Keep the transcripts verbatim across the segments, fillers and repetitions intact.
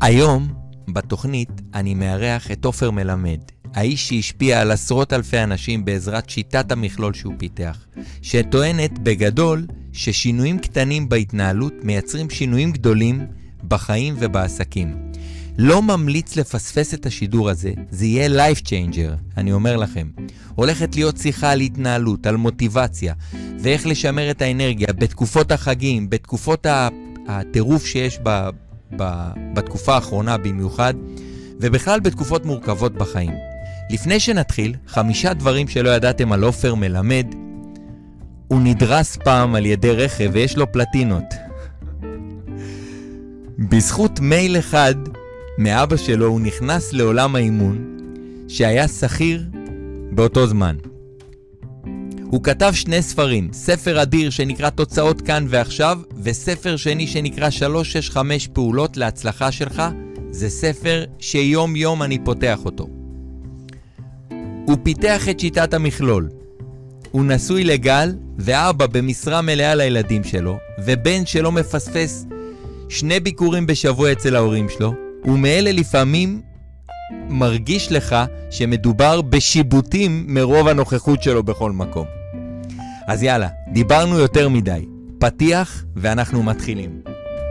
היום, בתוכנית, אני מארח את עופר מלמד, האיש שהשפיע על עשרות אלפי אנשים בעזרת שיטת המכלול שהוא פיתח, שטוענת בגדול ששינויים קטנים בהתנהלות מייצרים שינויים גדולים בחיים ובעסקים. לא ממליץ לפספס את השידור הזה, זה יהיה life changer, אני אומר לכם. הולכת להיות שיחה על התנהלות, על מוטיבציה, ואיך לשמר את האנרגיה בתקופות החגים, בתקופות הטירוף שיש ב, ב, בתקופה האחרונה במיוחד, ובכלל בתקופות מורכבות בחיים. לפני שנתחיל, חמישה דברים שלא ידעתם על עופר מלמד. הוא נדרס פעם על ידי רכב ויש לו פלטינות. בזכות מייל אחד מאבא שלו הוא נכנס לעולם האימון שהיה שכיר באותו זמן. הוא כתב שני ספרים, ספר אדיר שנקרא תוצאות כאן ועכשיו, וספר שני שנקרא שלוש שש חמש פעולות להצלחה שלך. זה ספר שיום יום אני פותח אותו. הוא פיתח את שיטת המכלול. הוא נשוי לגל ואבא במשרה מלאה לילדים שלו, ובן שלא מפספס שני ביקורים בשבוע אצל ההורים שלו. ומאלה לפעמים מרגיש לך שמדובר בשיבוטים מרוב הנוכחות שלו בכל מקום. אז יאללה, דיברנו יותר מדי. פתיח ואנחנו מתחילים.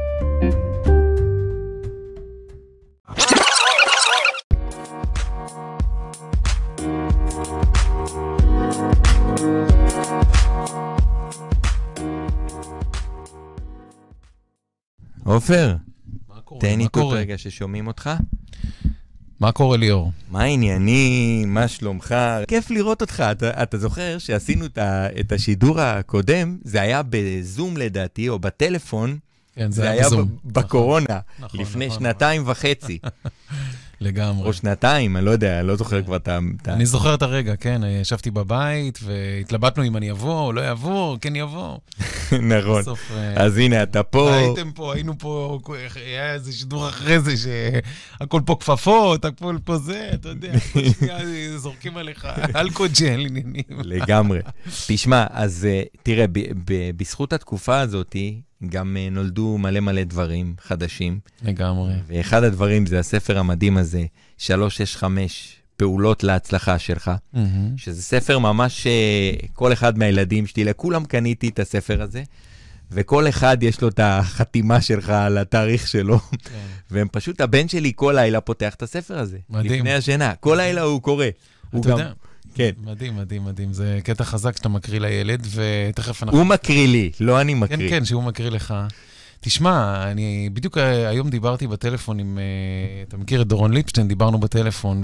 עופר, תן איתו רגע ששומעים אותך. מה קורה ליאור? מה העניינים? מה שלומך? כיף לראות אותך. אתה, אתה זוכר שעשינו את, ה, את השידור הקודם, זה היה בזום לדעתי, או בטלפון. כן, זה, זה היה בזום. בקורונה, נכון, לפני נכון, שנתיים נכון. וחצי. לגמרי. או שנתיים, אני לא יודע, אני לא זוכר כבר את ה... אני זוכר את הרגע, כן, ישבתי בבית, והתלבטנו אם אני אבוא או לא אבוא, כן יבוא. נכון, אז הנה, אתה פה. הייתם פה, היינו פה, היה איזה שידור אחרי זה, שהכל פה כפפות, הכל פה זה, אתה יודע, זורקים עליך, אלכוג'ל עניינים. לגמרי. תשמע, אז תראה, בזכות התקופה הזאת, גם נולדו מלא מלא דברים חדשים. לגמרי. ואחד הדברים זה הספר המדהים הזה, שלוש שש חמש פעולות להצלחה שלך, mm-hmm. שזה ספר ממש, כל אחד מהילדים שלי, לכולם קניתי את הספר הזה, וכל אחד יש לו את החתימה שלך על התאריך שלו, כן. והם פשוט, הבן שלי כל לילה פותח את הספר הזה. מדהים. לפני השינה, כל לילה הוא קורא. אתה גם... יודע. כן. מדהים, מדהים, מדהים. זה קטע חזק שאתה מקריא לילד, ותכף אנחנו... הוא מקריא לי, לא אני מקריא. כן, כן, שהוא מקריא לך. תשמע, אני בדיוק היום דיברתי בטלפון עם... אתה מכיר את דורון ליפשטיין, דיברנו בטלפון,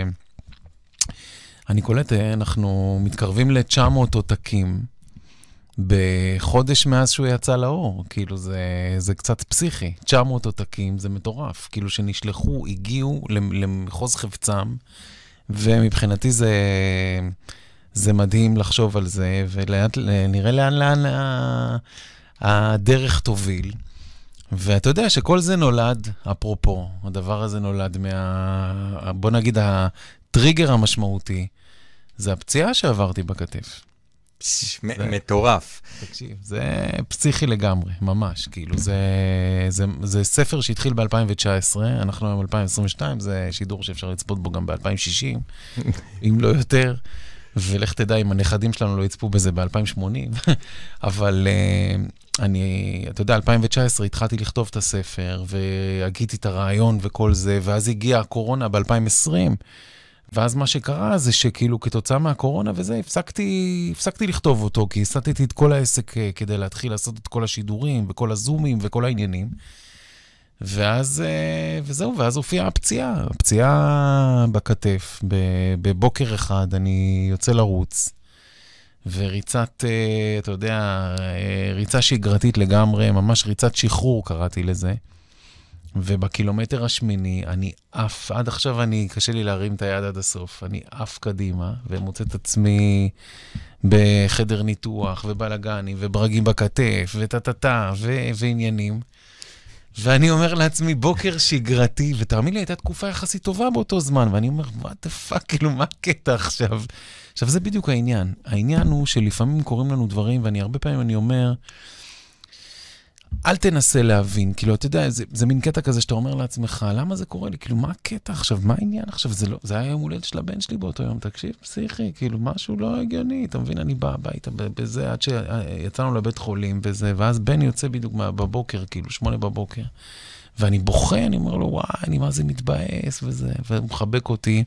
ואני קולט, אנחנו מתקרבים ל-תשע מאות עותקים בחודש מאז שהוא יצא לאור. כאילו, זה, זה קצת פסיכי. תשע מאות עותקים, זה מטורף. כאילו, שנשלחו, הגיעו למחוז חפצם, ומבחינתי זה, זה מדהים לחשוב על זה, ונראה לאן לאן הדרך תוביל. ואתה יודע שכל זה נולד, אפרופו, הדבר הזה נולד מה... בוא נגיד, הטריגר המשמעותי, זה הפציעה שעברתי בכתף. מטורף. תקשיב, זה פסיכי לגמרי, ממש. כאילו, זה, זה, זה ספר שהתחיל ב-אלפיים תשע עשרה, אנחנו היום אלפיים עשרים ושתיים, זה שידור שאפשר לצפות בו גם ב-אלפיים שישים, אם לא יותר, ולך תדע אם הנכדים שלנו לא יצפו בזה ב-אלפיים שמונים, אבל אני, אתה יודע, אלפיים תשע עשרה התחלתי לכתוב את הספר, והגיתי את הרעיון וכל זה, ואז הגיעה הקורונה ב-אלפיים עשרים, ואז מה שקרה זה שכאילו כתוצאה מהקורונה וזה, הפסקתי, הפסקתי לכתוב אותו, כי הסתתי את כל העסק כדי להתחיל לעשות את כל השידורים, וכל הזומים, וכל העניינים. ואז, וזהו, ואז הופיעה הפציעה, הפציעה בכתף. בבוקר אחד אני יוצא לרוץ, וריצת, אתה יודע, ריצה שגרתית לגמרי, ממש ריצת שחרור קראתי לזה. ובקילומטר השמיני, אני אף, עד עכשיו אני, קשה לי להרים את היד עד הסוף, אני אף קדימה, ומוצא את עצמי בחדר ניתוח, ובלגנים, וברגים בכתף, וטטטה, ו- ועניינים. ואני אומר לעצמי, בוקר שגרתי, ותאמין לי, הייתה תקופה יחסית טובה באותו זמן, ואני אומר, what the fuck, כאילו, מה הקטע עכשיו? עכשיו, זה בדיוק העניין. העניין הוא שלפעמים קוראים לנו דברים, ואני הרבה פעמים אני אומר, אל תנסה להבין, כאילו, אתה יודע, זה, זה מין קטע כזה שאתה אומר לעצמך, למה זה קורה לי? כאילו, מה הקטע עכשיו? מה העניין עכשיו? זה לא, זה היה יום הולדת של הבן שלי באותו יום, תקשיב, פסיכי, כאילו, משהו לא הגיוני, אתה מבין? אני בא הביתה בזה, עד שיצאנו לבית חולים וזה, ואז בן יוצא בדיוק בבוקר, כאילו, שמונה בבוקר, ואני בוכה, אני אומר לו, וואי, אני מה זה מתבאס וזה, והוא מחבק אותי,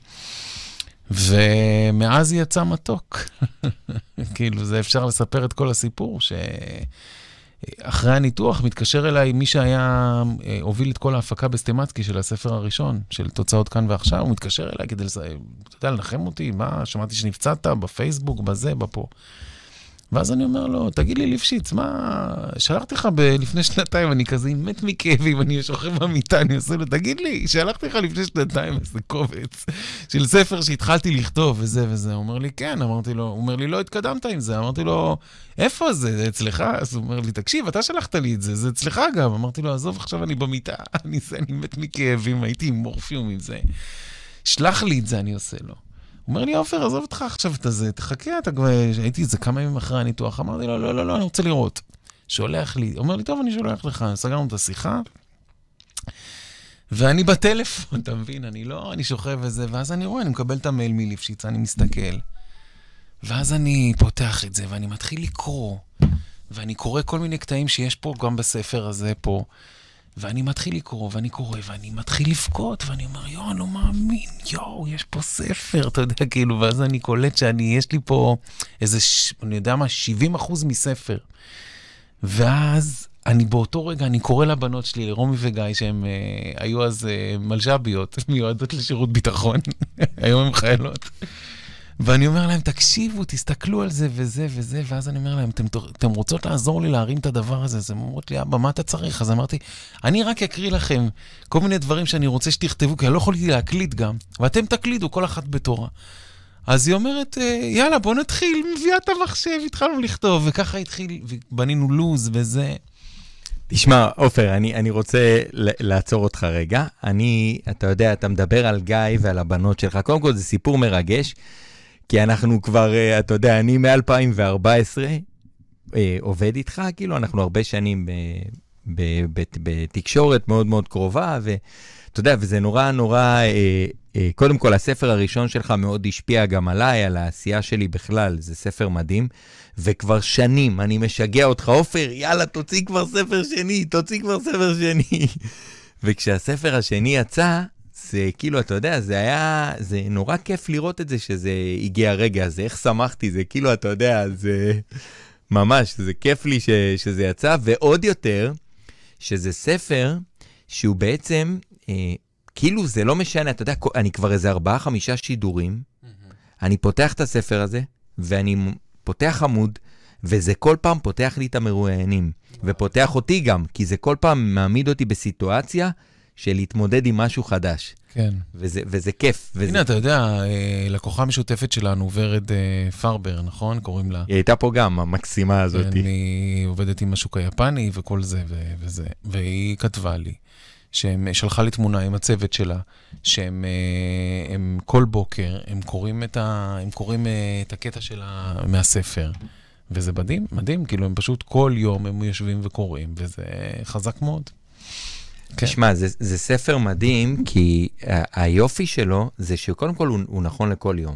ומאז יצא מתוק. כאילו, זה אפשר לספר את כל הסיפור, ש... אחרי הניתוח מתקשר אליי מי שהיה הוביל את כל ההפקה בסטימצקי של הספר הראשון, של תוצאות כאן ועכשיו, הוא מתקשר אליי כדי, אתה יודע, לנחם אותי, מה, שמעתי שנפצעת בפייסבוק, בזה, בפה. ואז אני אומר לו, תגיד לי ליפשיץ, מה, שלחתי לך לפני שנתיים, אני כזה מת מכאבים, אני שוכב במיטה, אני עושה לו, תגיד לי, שלחתי לך לפני שנתיים איזה קובץ של ספר שהתחלתי לכתוב, וזה וזה. הוא אומר לי, כן, אמרתי לו, הוא אומר לי, לא התקדמת עם זה, אמרתי לו, איפה זה, זה אצלך? אז הוא אומר לי, תקשיב, אתה שלחת לי את זה, זה אצלך גם. אמרתי לו, עזוב, עכשיו אני במיטה, אני, אני מת מכאבים, הייתי עם מורפיום עם זה. שלח לי את זה, אני עושה לו. הוא אומר לי, עופר, עזוב אותך עכשיו את זה, תחכה, אתה כבר, הייתי איזה כמה ימים אחרי הניתוח, אמרתי לו, לא, לא, לא, אני רוצה לראות. שולח לי, אומר לי, טוב, אני שולח לך, סגרנו את השיחה, ואני בטלפון, אתה מבין, אני לא, אני שוכב וזה, ואז אני רואה, אני מקבל את המייל מליפשיץ, אני מסתכל, ואז אני פותח את זה, ואני מתחיל לקרוא, ואני קורא כל מיני קטעים שיש פה, גם בספר הזה פה, ואני מתחיל לקרוא, ואני קורא, ואני מתחיל לבכות, ואני אומר, יו, אני לא מאמין, יו, יש פה ספר, אתה יודע, כאילו, ואז אני קולט שאני, יש לי פה איזה, אני יודע מה, שבעים אחוז מספר. ואז אני באותו רגע, אני קורא לבנות שלי, לרומי וגיא, שהם אה, היו אז אה, מלז'ביות, מיועדות לשירות ביטחון, היום הם חיילות. ואני אומר להם, תקשיבו, תסתכלו על זה וזה וזה, ואז אני אומר להם, אתם, אתם רוצות לעזור לי להרים את הדבר הזה? אז הם אומרות לי, אבא, מה אתה צריך? אז אמרתי, אני רק אקריא לכם כל מיני דברים שאני רוצה שתכתבו, כי אני לא יכולתי להקליט גם, ואתם תקלידו, כל אחת בתורה. אז היא אומרת, יאללה, בוא נתחיל, מביאה את המחשב, התחלנו לכתוב, וככה התחיל, ובנינו לוז וזה. תשמע, עופר, אני, אני רוצה לעצור אותך רגע. אני, אתה יודע, אתה מדבר על גיא ועל הבנות שלך. קודם כל, זה סיפור מרגש, כי אנחנו כבר, אתה יודע, אני מ-אלפיים וארבע עשרה אה, עובד איתך, כאילו אנחנו הרבה שנים ב, ב, ב, בתקשורת מאוד מאוד קרובה, ואתה יודע, וזה נורא נורא, אה, אה, קודם כל הספר הראשון שלך מאוד השפיע גם עליי, על העשייה שלי בכלל, זה ספר מדהים, וכבר שנים אני משגע אותך, עופר, יאללה, תוציא כבר ספר שני, תוציא כבר ספר שני. וכשהספר השני יצא, זה כאילו, אתה יודע, זה היה, זה נורא כיף לראות את זה, שזה הגיע הרגע הזה, איך שמחתי, זה כאילו, אתה יודע, זה ממש, זה כיף לי ש, שזה יצא, ועוד יותר, שזה ספר שהוא בעצם, אה, כאילו זה לא משנה, אתה יודע, אני כבר איזה ארבעה, חמישה שידורים, mm-hmm. אני פותח את הספר הזה, ואני פותח עמוד, וזה כל פעם פותח לי את המרואיינים, wow. ופותח אותי גם, כי זה כל פעם מעמיד אותי בסיטואציה, של להתמודד עם משהו חדש. כן. וזה, וזה כיף. וזה... הנה, אתה יודע, לקוחה משותפת שלנו, ורד פרבר, נכון? קוראים לה. היא הייתה פה גם, המקסימה הזאת. אני עובדת עם השוק היפני וכל זה ו- וזה. והיא כתבה לי, שהם שלחה לי תמונה עם הצוות שלה, שהם הם כל בוקר, הם קוראים את, ה, הם קוראים את הקטע שלה מהספר. וזה מדהים, מדהים, כאילו הם פשוט כל יום הם יושבים וקוראים, וזה חזק מאוד. תשמע, זה, זה ספר מדהים, כי היופי שלו זה שקודם כל הוא, הוא נכון לכל יום.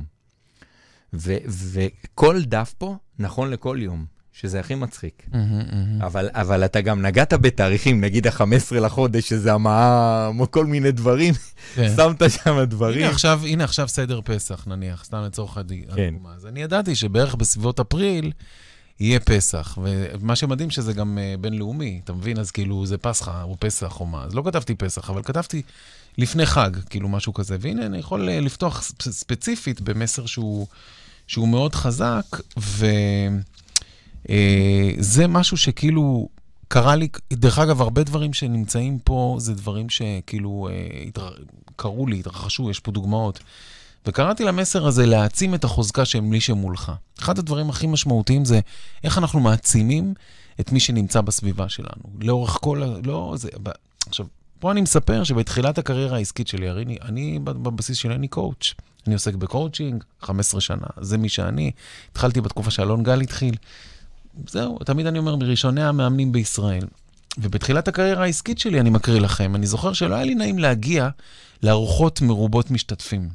ו, וכל דף פה נכון לכל יום, שזה הכי מצחיק. Mm-hmm, mm-hmm. אבל, אבל אתה גם נגעת בתאריכים, נגיד ה-חמישה עשר לחודש, שזה המע"מ, או כל מיני דברים, כן. שמת שם דברים. הנה עכשיו, הנה עכשיו סדר פסח, נניח, סתם לצורך הדוגמה. כן. אז אני ידעתי שבערך בסביבות אפריל, יהיה פסח, ומה שמדהים שזה גם בינלאומי, אתה מבין? אז כאילו זה פסחה או פסח או מה, אז לא כתבתי פסח, אבל כתבתי לפני חג, כאילו משהו כזה, והנה אני יכול לפתוח ספציפית במסר שהוא, שהוא מאוד חזק, וזה משהו שכאילו קרה לי, דרך אגב, הרבה דברים שנמצאים פה, זה דברים שכאילו קרו לי, התרחשו, יש פה דוגמאות, וקראתי למסר הזה להעצים את החוזקה של מי שמולך. אחד הדברים הכי משמעותיים זה איך אנחנו מעצימים את מי שנמצא בסביבה שלנו. לאורך כל... לא, זה... עכשיו, פה אני מספר שבתחילת הקריירה העסקית שלי, אני, אני בבסיס שלי אני קואוץ'. אני עוסק בקואוצ'ינג, חמש עשרה שנה. זה מי שאני. התחלתי בתקופה שאלון גל התחיל. זהו, תמיד אני אומר, מראשוני המאמנים בישראל. ובתחילת הקריירה העסקית שלי, אני מקריא לכם, אני זוכר שלא היה לי נעים להגיע לארוחות מרובות משתתפים,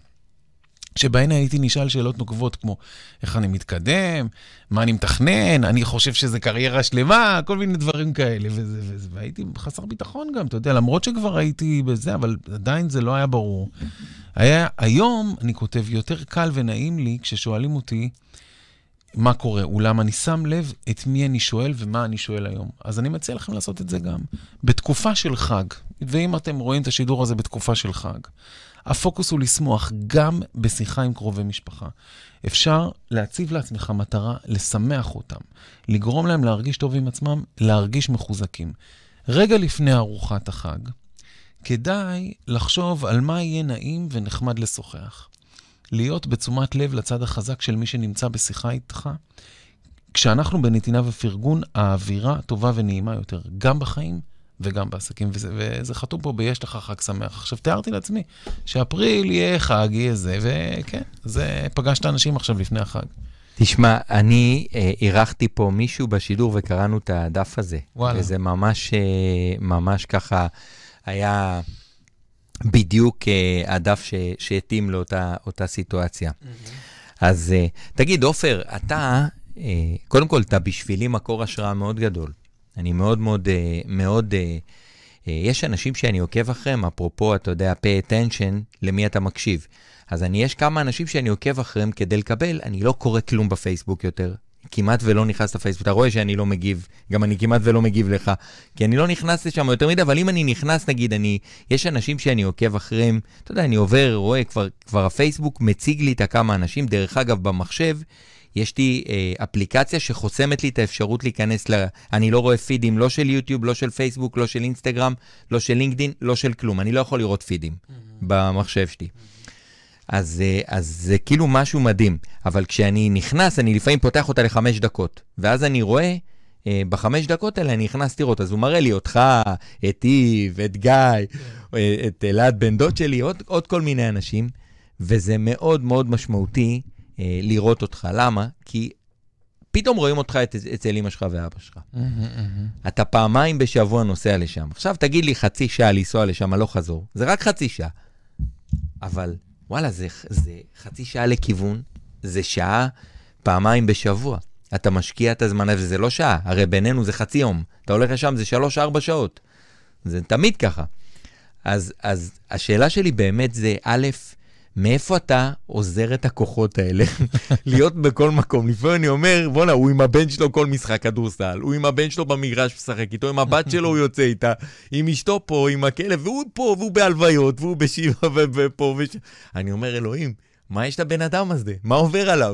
שבהן הייתי נשאל שאלות נוקבות, כמו איך אני מתקדם, מה אני מתכנן, אני חושב שזה קריירה שלמה, כל מיני דברים כאלה, וזה, וזה, והייתי חסר ביטחון גם, אתה יודע, למרות שכבר הייתי בזה, אבל עדיין זה לא היה ברור. היה, היום אני כותב, יותר קל ונעים לי, כששואלים אותי, מה קורה, אולם אני שם לב את מי אני שואל ומה אני שואל היום. אז אני מציע לכם לעשות את זה גם. בתקופה של חג, ואם אתם רואים את השידור הזה בתקופה של חג, הפוקוס הוא לשמוח גם בשיחה עם קרובי משפחה. אפשר להציב לעצמך מטרה, לשמח אותם, לגרום להם להרגיש טוב עם עצמם, להרגיש מחוזקים. רגע לפני ארוחת החג, כדאי לחשוב על מה יהיה נעים ונחמד לשוחח. להיות בתשומת לב לצד החזק של מי שנמצא בשיחה איתך. כשאנחנו בנתינה ופרגון, האווירה טובה ונעימה יותר, גם בחיים וגם בעסקים, וזה, וזה חתום פה ביש לך חג שמח. עכשיו תיארתי לעצמי שאפריל יהיה חג, יהיה זה, וכן, זה פגש את האנשים עכשיו לפני החג. תשמע, אני אה, אירחתי פה מישהו בשידור וקראנו את הדף הזה. וואלה. וזה ממש, אה, ממש ככה היה בדיוק אה, הדף ש, שהתאים לאותה אותה סיטואציה. Mm-hmm. אז אה, תגיד, אופר, אתה, אה, קודם כל, אתה בשבילי מקור השראה מאוד גדול. אני מאוד מאוד, מאוד, יש אנשים שאני עוקב אחריהם, אפרופו, אתה יודע, pay attention, למי אתה מקשיב. אז אני, יש כמה אנשים שאני עוקב אחריהם כדי לקבל, אני לא קורא כלום בפייסבוק יותר, כמעט ולא נכנס לפייסבוק. אתה רואה שאני לא מגיב, גם אני כמעט ולא מגיב לך, כי אני לא נכנס לשם יותר מדי, אבל אם אני נכנס, נגיד, אני, יש אנשים שאני עוקב אחריהם, אתה יודע, אני עובר, רואה, כבר, כבר הפייסבוק מציג לי את הכמה אנשים, דרך אגב, במחשב, יש לי אה, אפליקציה שחוסמת לי את האפשרות להיכנס ל... אני לא רואה פידים, לא של יוטיוב, לא של פייסבוק, לא של אינסטגרם, לא של לינקדין, לא של כלום. אני לא יכול לראות פידים mm-hmm. במחשב שלי. אז, אה, אז זה כאילו משהו מדהים. אבל כשאני נכנס, אני לפעמים פותח אותה לחמש דקות. ואז אני רואה, אה, בחמש דקות האלה אני נכנס לראות. אז הוא מראה לי אותך, את איב, את גיא, yeah. את אלעד בן דוד שלי, עוד, עוד כל מיני אנשים. וזה מאוד מאוד משמעותי, לראות אותך. למה? כי פתאום רואים אותך אצל אמא שלך ואבא שלך. אתה פעמיים בשבוע נוסע לשם. עכשיו תגיד לי חצי שעה לנסוע לשם, לא חזור. זה רק חצי שעה. אבל וואלה, זה, זה חצי שעה לכיוון, זה שעה פעמיים בשבוע. אתה משקיע את הזמן, וזה לא שעה. הרי בינינו זה חצי יום. אתה הולך לשם, זה שלוש, ארבע שעות. זה תמיד ככה. אז, אז השאלה שלי באמת זה, א', מאיפה אתה עוזר את הכוחות האלה להיות בכל מקום? לפעמים אני אומר, בוא'נה, הוא עם הבן שלו כל משחק כדורסל, הוא עם הבן שלו במגרש משחק איתו, עם הבת שלו הוא יוצא איתה, עם אשתו פה, עם הכלב, והוא פה, והוא בהלוויות, והוא בשיבה ופה וש... אני אומר, אלוהים, מה יש לבן אדם הזה? מה עובר עליו?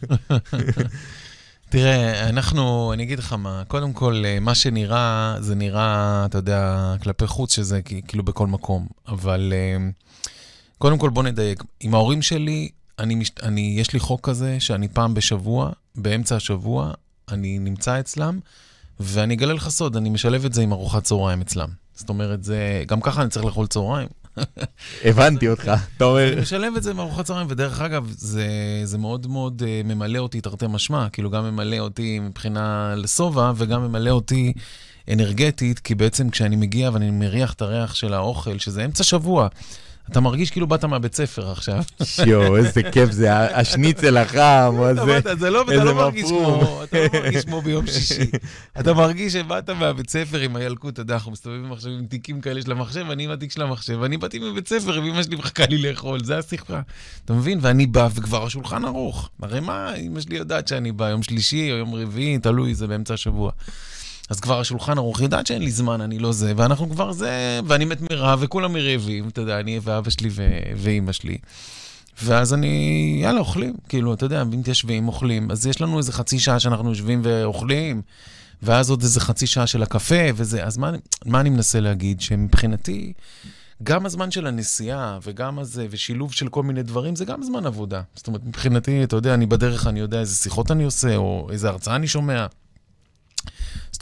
תראה, אנחנו, אני אגיד לך מה, קודם כל, מה שנראה, זה נראה, אתה יודע, כלפי חוץ, שזה כאילו בכל מקום, אבל... קודם כל בוא נדייק, עם ההורים שלי, אני, אני, יש לי חוק כזה שאני פעם בשבוע, באמצע השבוע, אני נמצא אצלם, ואני אגלה לך סוד, אני משלב את זה עם ארוחת צהריים אצלם. זאת אומרת, זה, גם ככה אני צריך לאכול צהריים. הבנתי אותך, אתה אומר. אני משלב את זה עם ארוחת צהריים, ודרך אגב, זה, זה מאוד מאוד uh, ממלא אותי תרתי משמע, כאילו גם ממלא אותי מבחינה לסובה, וגם ממלא אותי אנרגטית, כי בעצם כשאני מגיע ואני מריח את הריח של האוכל, שזה אמצע שבוע, אתה מרגיש כאילו באת מהבית ספר עכשיו. שיו, איזה כיף זה, השניצל החם, אתה לא מרגיש כמו ביום שישי. אתה מרגיש שבאת מהבית ספר עם הילקוט, אתה יודע, אנחנו מסתובבים עכשיו עם תיקים כאלה של המחשב, ואני עם התיק של המחשב, ואני באתי מבית ספר, ואמא שלי מחכה לי לאכול, זה השיחה. אתה מבין? ואני בא, וכבר השולחן ארוך. הרי מה, אמא שלי יודעת שאני בא יום שלישי או יום רביעי, תלוי, זה באמצע השבוע. אז כבר השולחן ארוך, יודעת שאין לי זמן, אני לא זה, ואנחנו כבר זה, ואני מת מרעב, וכולם מרעבים, אתה יודע, אני ואבא שלי ו- ואמא שלי. ואז אני, יאללה, אוכלים, כאילו, אתה יודע, מתיישבים, אוכלים, אז יש לנו איזה חצי שעה שאנחנו יושבים ואוכלים, ואז עוד איזה חצי שעה של הקפה, וזה, אז מה, מה אני מנסה להגיד? שמבחינתי, גם הזמן של הנסיעה, וגם הזה, ושילוב של כל מיני דברים, זה גם זמן עבודה. זאת אומרת, מבחינתי, אתה יודע, אני בדרך, אני יודע איזה שיחות אני עושה, או איזה הרצאה אני שומע. זאת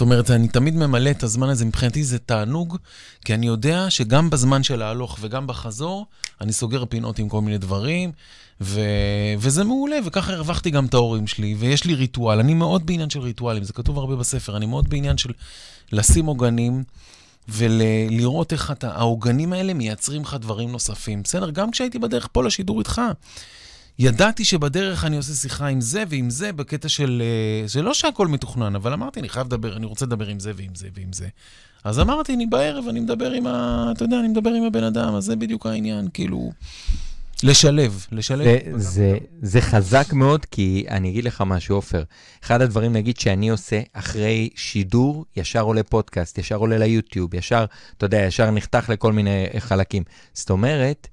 זאת אומרת, אני תמיד ממלא את הזמן הזה, מבחינתי זה תענוג, כי אני יודע שגם בזמן של ההלוך וגם בחזור, אני סוגר פינות עם כל מיני דברים, ו... וזה מעולה, וככה הרווחתי גם את ההורים שלי, ויש לי ריטואל, אני מאוד בעניין של ריטואלים, זה כתוב הרבה בספר, אני מאוד בעניין של לשים עוגנים, ולראות איך אתה, העוגנים האלה מייצרים לך דברים נוספים. בסדר, גם כשהייתי בדרך פה לשידור איתך, ידעתי שבדרך אני עושה שיחה עם זה ועם זה, בקטע של, זה לא שהכל מתוכנן, אבל אמרתי, אני חייב לדבר, אני רוצה לדבר עם זה ועם זה ועם זה. אז אמרתי, אני בערב, אני מדבר עם ה... אתה יודע, אני מדבר עם הבן אדם, אז זה בדיוק העניין, כאילו, לשלב, לשלב. זה, זה, זה חזק מאוד, כי אני אגיד לך משהו, אופר. אחד הדברים, נגיד, שאני עושה אחרי שידור, ישר עולה פודקאסט, ישר עולה ליוטיוב, ישר, אתה יודע, ישר נחתך לכל מיני חלקים. זאת אומרת,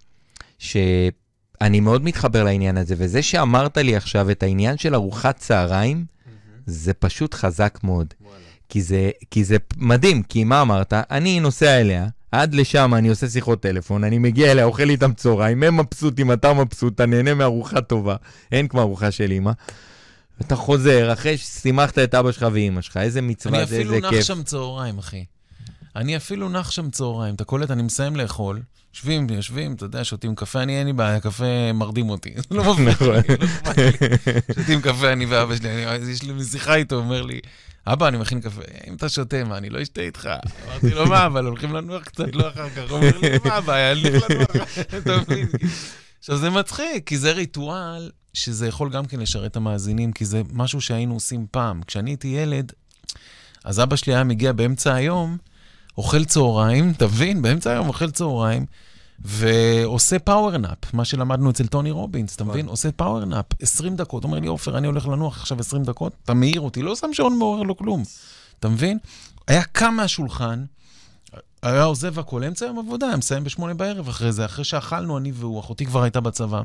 שאני מאוד מתחבר לעניין הזה, וזה שאמרת לי עכשיו את העניין של ארוחת צהריים, זה פשוט חזק מאוד. כי זה, כי זה מדהים, כי מה אמרת? אני נוסע אליה, עד לשם אני עושה שיחות טלפון, אני מגיע אליה, אוכל איתם צהריים, הם מבסוטים, אתה מבסוט, אתה נהנה מארוחה טובה, אין כמו ארוחה של אמא, ואתה חוזר, אחרי ששימחת את אבא שלך ואמא שלך, איזה מצווה, זה, איזה כיף. אני אפילו נח שם צהריים, אחי. אני אפילו נח שם צהריים, אתה קולט, אני מסיים לאכול, יושבים, יושבים, אתה יודע, שותים קפה, אני אין לי בעיה, קפה מרדים אותי, לא מפריע לי, לא מפריע לי. שותים קפה, אני ואבא שלי, יש לי שיחה איתו, אומר לי, אבא, אני מכין קפה, אם אתה שותה, מה, אני לא אשתה איתך. אמרתי לו, מה, אבל הולכים לנוח קצת, לא אחר כך. הוא אומר לי, מה, הבעיה, אני הולך לנוח. אתה מבין? עכשיו, זה מצחיק, כי זה ריטואל שזה יכול גם כן לשרת את המאזינים, כי זה משהו שהיינו עושים פעם. כשאני הייתי ילד, אז אבא שלי היה מגיע באמצע היום, אוכל צהריים, תבין, באמצע היום אוכל צהריים, ועושה פאוורנאפ, מה שלמדנו אצל טוני רובינס, אתה מבין? עושה פאוורנאפ, עשרים דקות, אומר לי, אופר, אני הולך לנוח עכשיו עשרים דקות, אתה מעיר אותי, לא שם שעון מעורר לו כלום, אתה מבין? היה קם מהשולחן, היה עוזב הכל, אמצע יום עבודה, היה מסיים בשמונה בערב אחרי זה, אחרי שאכלנו אני והוא, אחותי כבר הייתה בצבא,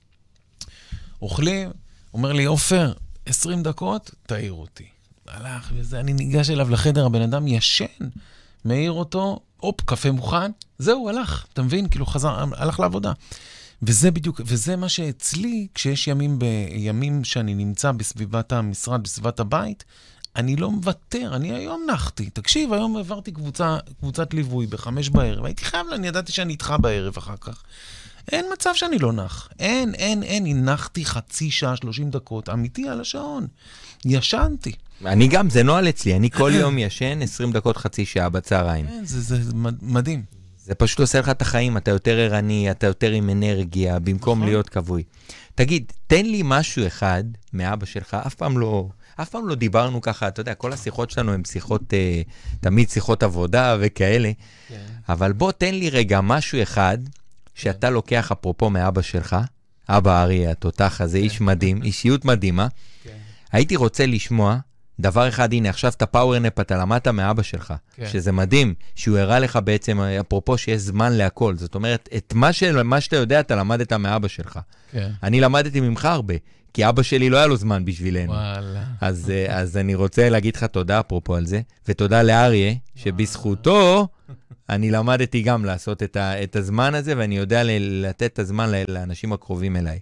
אוכלים, אומר לי, אופר, עשרים דקות, תעיר אותי. הלך וזה, אני ניגש אליו לחדר, הבן אדם ישן, מעיר אותו, אופ, קפה מוכן, זהו, הלך, אתה מבין? כאילו חזר, הלך לעבודה. וזה בדיוק, וזה מה שאצלי, כשיש ימים בימים שאני נמצא בסביבת המשרד, בסביבת הבית, אני לא מוותר, אני היום נחתי. תקשיב, היום עברתי קבוצה, קבוצת ליווי בחמש בערב, הייתי חייב, אני ידעתי שאני איתך בערב אחר כך. אין מצב שאני לא נח. אין, אין, אין, הנחתי חצי שעה, שלושים דקות, אמיתי על השעון. ישנתי. אני גם, זה נועל אצלי, אני כל יום ישן עשרים דקות חצי שעה בצהריים. כן, זה, זה מדהים. זה פשוט עושה לך את החיים, אתה יותר ערני, אתה יותר עם אנרגיה, במקום להיות כבוי. תגיד, תן לי משהו אחד מאבא שלך, אף פעם לא, אף פעם לא דיברנו ככה, אתה יודע, כל השיחות שלנו הן שיחות, אה, תמיד שיחות עבודה וכאלה, כן. אבל בוא תן לי רגע משהו אחד, שאתה לוקח אפרופו מאבא שלך, אבא אריה, התותח הזה, איש מדהים, אישיות מדהימה, הייתי רוצה לשמוע, דבר אחד, הנה, עכשיו את הפאוורנפ, אתה למדת מאבא שלך, שזה מדהים, שהוא הראה לך בעצם, אפרופו שיש זמן להכל, זאת אומרת, את מה, של, מה שאתה יודע, אתה למדת מאבא שלך. אני למדתי ממך הרבה, כי אבא שלי לא היה לו זמן בשבילנו. אז, אז אני רוצה להגיד לך תודה אפרופו על זה, ותודה לאריה, שבזכותו אני למדתי גם לעשות את, ה, את הזמן הזה, ואני יודע לתת את הזמן לאנשים הקרובים אליי.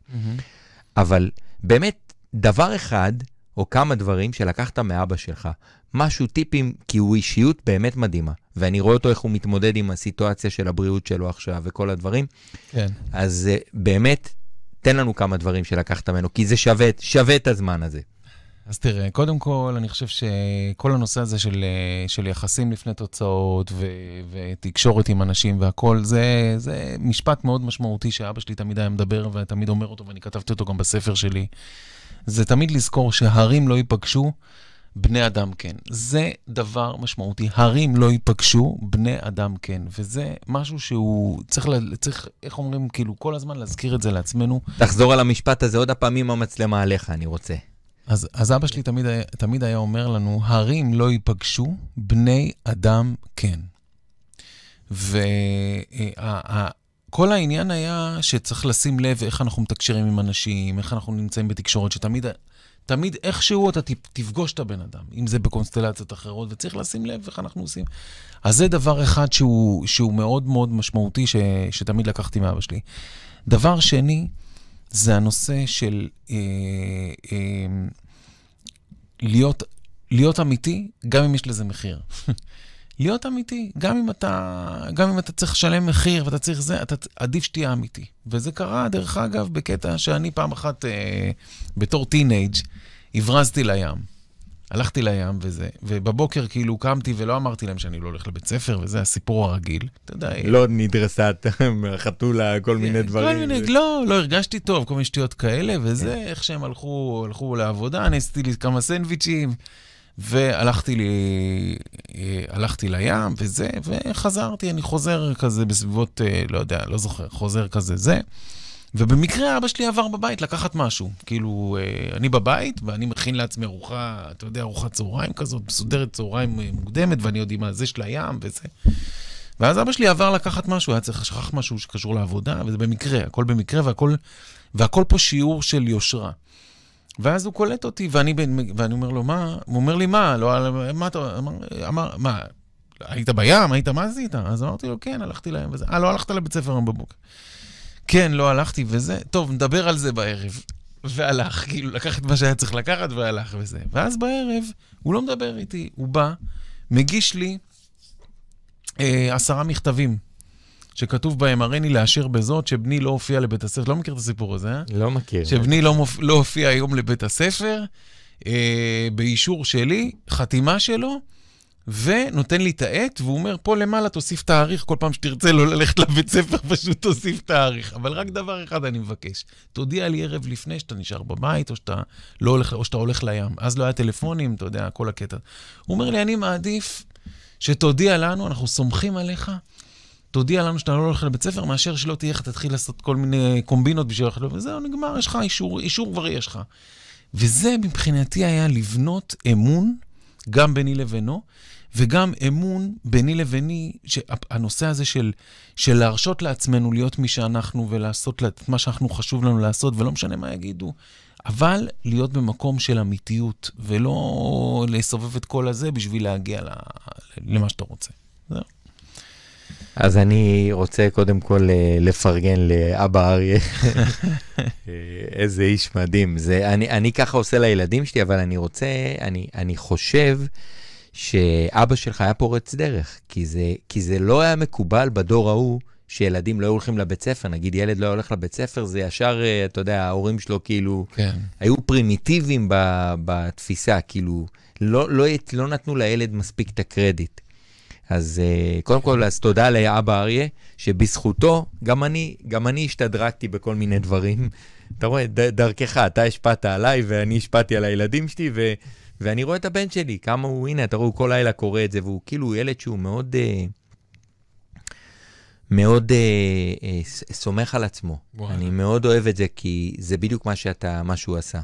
אבל באמת, דבר אחד, או כמה דברים שלקחת מאבא שלך, משהו טיפים, כי הוא אישיות באמת מדהימה, ואני רואה אותו איך הוא מתמודד עם הסיטואציה של הבריאות שלו עכשיו, וכל הדברים. כן. אז באמת, תן לנו כמה דברים שלקחת ממנו, כי זה שווה, שווה את הזמן הזה. אז תראה, קודם כל, אני חושב שכל הנושא הזה של, של יחסים לפני תוצאות ו, ותקשורת עם אנשים והכל, זה, זה משפט מאוד משמעותי שאבא שלי תמיד היה מדבר ותמיד אומר אותו, ואני כתבתי אותו גם בספר שלי. זה תמיד לזכור שההרים לא ייפגשו, בני אדם כן. זה דבר משמעותי. הרים לא ייפגשו, בני אדם כן. וזה משהו שהוא צריך, צריך, איך אומרים, כאילו, כל הזמן להזכיר את זה לעצמנו. תחזור על המשפט הזה עוד הפעמים המצלמה עליך, אני רוצה. אז, אז אבא שלי תמיד, תמיד היה אומר לנו, הרים לא ייפגשו, בני אדם כן. וכל העניין היה שצריך לשים לב איך אנחנו מתקשרים עם אנשים, איך אנחנו נמצאים בתקשורת, שתמיד תמיד איכשהו אתה תפגוש את הבן אדם, אם זה בקונסטלציות אחרות, וצריך לשים לב איך אנחנו עושים. אז זה דבר אחד שהוא, שהוא מאוד מאוד משמעותי, ש, שתמיד לקחתי מאבא שלי. דבר שני, זה הנושא של אה, אה, להיות להיות אמיתי, גם אם יש לזה מחיר. להיות אמיתי, גם אם אתה, גם אם אתה צריך לשלם מחיר ואתה צריך זה, אתה עדיף שתהיה אמיתי. וזה קרה, דרך אגב, בקטע שאני פעם אחת, אה, בתור טינאג', הברזתי לים. הלכתי לים וזה, ובבוקר כאילו קמתי ולא אמרתי להם שאני לא הולך לבית ספר, וזה הסיפור הרגיל. אתה יודע... לא נדרסת, חתולה, כל מיני דברים. כל מיני, לא, לא הרגשתי טוב, כל מיני שטויות כאלה, וזה, איך שהם הלכו, הלכו לעבודה, אני עשיתי לי כמה סנדוויצ'ים, והלכתי לי, הלכתי לים וזה, וחזרתי, אני חוזר כזה בסביבות, לא יודע, לא זוכר, חוזר כזה זה, ובמקרה אבא שלי עבר בבית לקחת משהו, כאילו, אני בבית, ואני מכין לעצמי ארוחה, אתה יודע, ארוחת צהריים כזאת, מסודרת צהריים מוקדמת, ואני יודע מה, זה של הים וזה. ואז אבא שלי עבר לקחת משהו, היה צריך לשכח משהו שקשור לעבודה, וזה במקרה, הכל במקרה, והכל, והכל פה שיעור של יושרה. ואז הוא קולט אותי, ואני, ואני אומר לו, מה? הוא אומר לי, מה? לא, מה אתה, אמר, אמר, מה? היית בים? היית, מה עשית? אז אמרתי לו, כן, הלכתי לים וזה. אה, לא הלכת לבית ספר היום בבוקר. כן, לא הלכתי וזה. טוב, נדבר על זה בערב. והלך, כאילו, לקח את מה שהיה צריך לקחת והלך וזה. ואז בערב, הוא לא מדבר איתי, הוא בא, מגיש לי אה, עשרה מכתבים, שכתוב בהם, הריני לאשר בזאת, שבני לא הופיע לבית הספר. לא מכיר את הסיפור הזה, אה? לא מכיר. שבני לא, מופ... לא הופיע היום לבית הספר, אה, באישור שלי, חתימה שלו, ונותן לי את העט, והוא אומר, פה למעלה תוסיף תאריך, כל פעם שתרצה לא ללכת לבית ספר, פשוט תוסיף תאריך. אבל רק דבר אחד אני מבקש, תודיע לי ערב לפני שאתה נשאר בבית, או שאתה, לא הולך, או שאתה הולך לים. אז לא היה טלפונים, אתה יודע, כל הקטע. הוא אומר לי, אני מעדיף שתודיע לנו, אנחנו סומכים עליך, תודיע לנו שאתה לא הולך לבית ספר, מאשר שלא תהיה, תתחיל לעשות כל מיני קומבינות בשביל הולך לבית ספר, וזהו, נגמר, יש לך אישור, אישור כבר יש לך. וזה מבחינתי היה לבנות אמון, גם ביני לבינו, וגם אמון ביני לביני, שהנושא הזה של, של להרשות לעצמנו להיות מי שאנחנו, ולעשות את מה שאנחנו חשוב לנו לעשות, ולא משנה מה יגידו, אבל להיות במקום של אמיתיות, ולא לסובב את כל הזה בשביל להגיע למה שאתה רוצה. זהו. אז אני רוצה קודם כל לפרגן לאבא אריה. איזה איש מדהים. זה, אני, אני ככה עושה לילדים שלי, אבל אני רוצה, אני, אני חושב שאבא שלך היה פורץ דרך, כי זה, כי זה לא היה מקובל בדור ההוא, שילדים לא הולכים לבית ספר, נגיד ילד לא הולך לבית ספר, זה ישר, אתה יודע, ההורים שלו כאילו, כן. היו פרימיטיביים בתפיסה, כאילו, לא, לא, לא נתנו לילד מספיק את הקרדיט. אז קודם כל, אז תודה לאבא אריה, שבזכותו, גם אני, גם אני השתדרקתי בכל מיני דברים. אתה רואה, דרכך, אתה השפעת עליי, ואני השפעתי על הילדים שלי, ו, ואני רואה את הבן שלי, כמה הוא, הנה, אתה רואה, הוא כל לילה קורא את זה, והוא כאילו ילד שהוא מאוד, מאוד סומך על עצמו. וואי. אני מאוד אוהב את זה, כי זה בדיוק מה שאתה, מה שהוא עשה.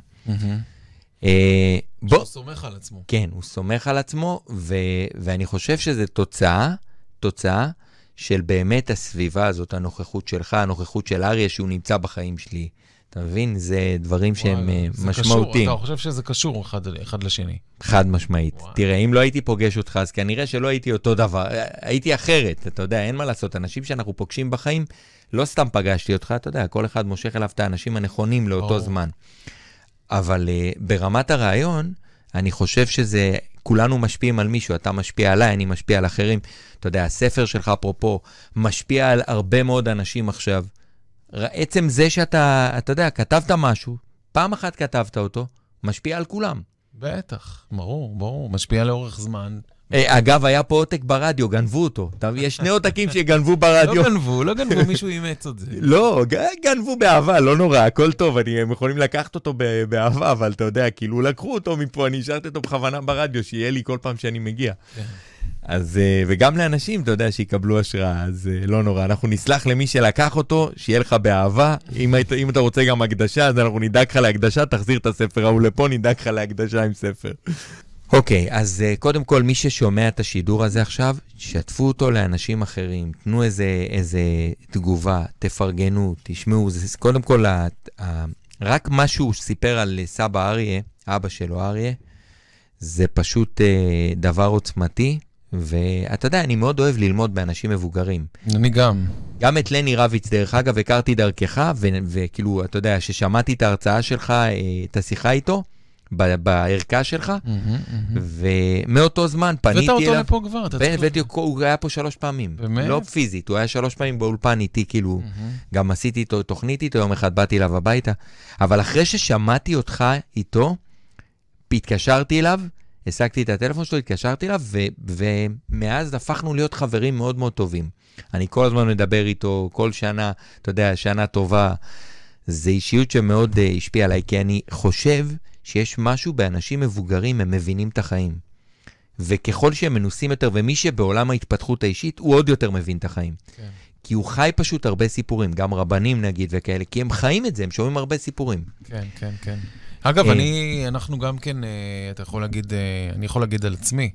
בוא, שהוא סומך על עצמו. כן, הוא סומך על עצמו, ו, ואני חושב שזה תוצאה, תוצאה של באמת הסביבה הזאת, הנוכחות שלך, הנוכחות של אריה, שהוא נמצא בחיים שלי. אתה מבין? זה דברים שהם זה משמעותיים. קשור, אתה חושב שזה קשור אחד, אחד לשני? חד משמעית. וואי. תראה, אם לא הייתי פוגש אותך, אז כנראה שלא הייתי אותו דבר. הייתי אחרת, אתה יודע, אין מה לעשות. אנשים שאנחנו פוגשים בחיים, לא סתם פגשתי אותך, אתה יודע, כל אחד מושך אליו את האנשים הנכונים לאותו זמן. אבל uh, ברמת הרעיון, אני חושב שזה, כולנו משפיעים על מישהו, אתה משפיע עליי, אני משפיע על אחרים. אתה יודע, הספר שלך, אפרופו, משפיע על הרבה מאוד אנשים עכשיו. עצם זה שאתה, אתה יודע, כתבת משהו, פעם אחת כתבת אותו, משפיע על כולם. בטח, ברור, ברור, משפיע לאורך זמן. אגב, היה פה עותק ברדיו, גנבו אותו. יש שני עותקים שגנבו ברדיו. לא גנבו, לא גנבו, מישהו אימץ את זה. לא, גנבו באהבה, לא נורא, הכל טוב, הם יכולים לקחת אותו באהבה, אבל אתה יודע, כאילו לקחו אותו מפה, אני השארתי אותו בכוונה ברדיו, שיהיה לי כל פעם שאני מגיע. אז, וגם לאנשים, אתה יודע, שיקבלו השראה, אז לא נורא. אנחנו נסלח למי שלקח אותו, שיהיה לך באהבה. אם, אם אתה רוצה גם הקדשה, אז אנחנו נדאג לך להקדשה, תחזיר את הספר ההוא לפה, נדאג לך להקדשה עם ספר. אוקיי, אז קודם כל, מי ששומע את השידור הזה עכשיו, שתפו אותו לאנשים אחרים, תנו איזה, איזה תגובה, תפרגנו, תשמעו. זה, קודם כל, ה, ה, רק משהו סיפר על סבא אריה, אבא שלו אריה, זה פשוט אה, דבר עוצמתי, ואתה יודע, אני מאוד אוהב ללמוד באנשים מבוגרים. אני גם. גם את לני רביץ, דרך אגב, הכרתי דרכך, ו- וכאילו, אתה יודע, ששמעתי את ההרצאה שלך, את השיחה איתו, בערכה שלך, ומאותו זמן פניתי אליו. הבאת אותו לפה כבר, אתה צריך... הוא היה פה שלוש פעמים, לא פיזית, הוא היה שלוש פעמים באולפן איתי, כאילו, גם עשיתי איתו תוכנית איתו, יום אחד באתי אליו הביתה, אבל אחרי ששמעתי אותך איתו, התקשרתי אליו, השגתי את הטלפון שלו, התקשרתי אליו, ומאז הפכנו להיות חברים מאוד מאוד טובים. אני כל הזמן מדבר איתו, כל שנה, אתה יודע, שנה טובה, זה אישיות שמאוד השפיעה עליי, כי אני חושב שיש משהו באנשים מבוגרים, הם מבינים את החיים. וככל שהם מנוסים יותר, ומי שבעולם ההתפתחות האישית, הוא עוד יותר מבין את החיים. כן. כי הוא חי פשוט הרבה סיפורים, גם רבנים נגיד וכאלה, כי הם חיים את זה, הם שומעים הרבה סיפורים. כן, כן, כן. אגב, אני, אנחנו גם כן, אתה יכול להגיד, אני יכול להגיד על עצמי,